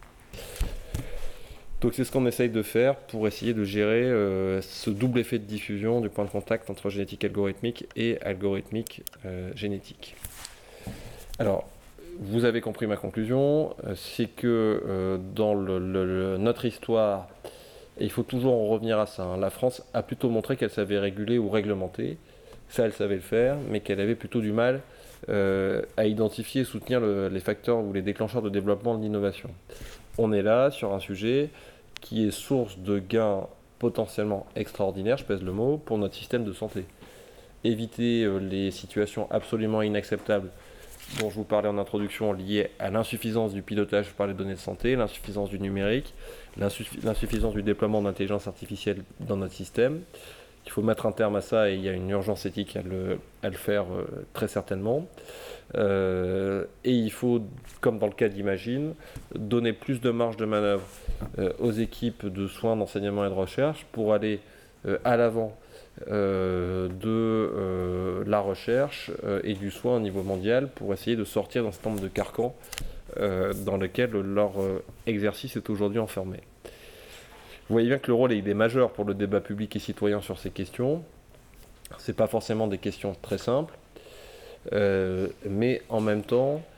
Donc c'est ce qu'on essaye de faire pour essayer de gérer euh, ce double effet de diffusion du point de contact entre génétique algorithmique et algorithmique euh, génétique. Alors, vous avez compris ma conclusion, euh, c'est que euh, dans le, le, le, notre histoire, et il faut toujours en revenir à ça, hein, la France a plutôt montré qu'elle savait réguler ou réglementer, ça elle savait le faire, mais qu'elle avait plutôt du mal euh, à identifier et soutenir le, les facteurs ou les déclencheurs de développement de l'innovation. On est là sur un sujet qui est source de gains potentiellement extraordinaires, je pèse le mot, pour notre système de santé. Éviter euh, les situations absolument inacceptables dont je vous parlais en introduction, liées à l'insuffisance du pilotage par les données de santé, l'insuffisance du numérique, l'insuff- l'insuffisance du déploiement d'intelligence artificielle dans notre système. Il faut mettre un terme à ça et il y a une urgence éthique à le, à le faire euh, très certainement. Euh, et il faut, comme dans le cas d'Imagine, donner plus de marge de manœuvre euh, aux équipes de soins, d'enseignement et de recherche pour aller euh, à l'avant euh, de euh, la recherche euh, et du soin au niveau mondial pour essayer de sortir d'un certain nombre de carcans euh, dans lesquels leur euh, exercice est aujourd'hui enfermé. Vous voyez bien que le rôle il est majeur pour le débat public et citoyen sur ces questions. Ce n'est pas forcément des questions très simples. Euh, mais en même temps,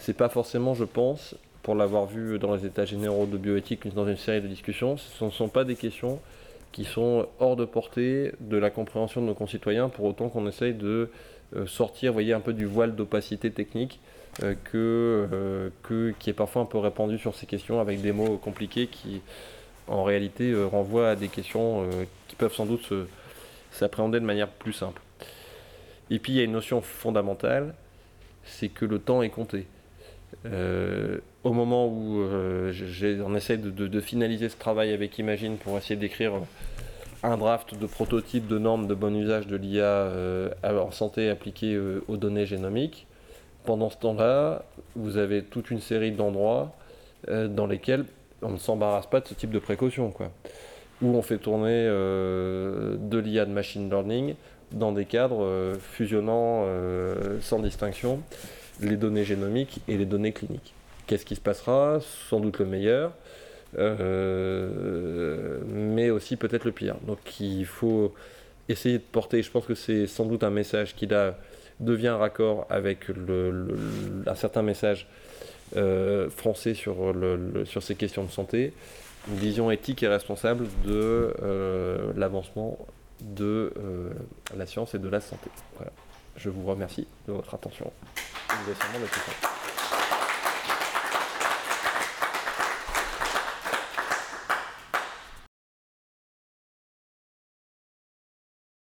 c'est pas forcément, je pense, pour l'avoir vu dans les états généraux de bioéthique, dans une série de discussions, ce ne sont pas des questions qui sont hors de portée de la compréhension de nos concitoyens, pour autant qu'on essaye de euh, sortir, vous voyez, un peu du voile d'opacité technique euh, que, euh, que, qui est parfois un peu répandu sur ces questions, avec des mots compliqués qui, en réalité, euh, renvoient à des questions euh, qui peuvent sans doute se, s'appréhender de manière plus simple. Et puis il y a une notion fondamentale, c'est que le temps est compté. Euh, au moment où euh, j'ai, on essaie de, de, de finaliser ce travail avec Imagine pour essayer d'écrire un draft de prototype de normes de bon usage de l'I A euh, en santé appliquée euh, aux données génomiques, pendant ce temps-là, vous avez toute une série d'endroits euh, dans lesquels on ne s'embarrasse pas de ce type de précautions, quoi. Où on fait tourner euh, de l'I A de machine learning dans des cadres euh, fusionnant euh, sans distinction les données génomiques et les données cliniques. Qu'est-ce qui se passera? Sans doute le meilleur, euh, mais aussi peut-être le pire. Donc il faut essayer de porter, je pense que c'est sans doute un message qui là devient raccord avec le, le, un certain message euh, français sur, le, le, sur ces questions de santé, une vision éthique et responsable de euh, l'avancement de euh, la science et de la santé. Voilà. Je vous remercie de votre attention. Vous avez sûrement des questions.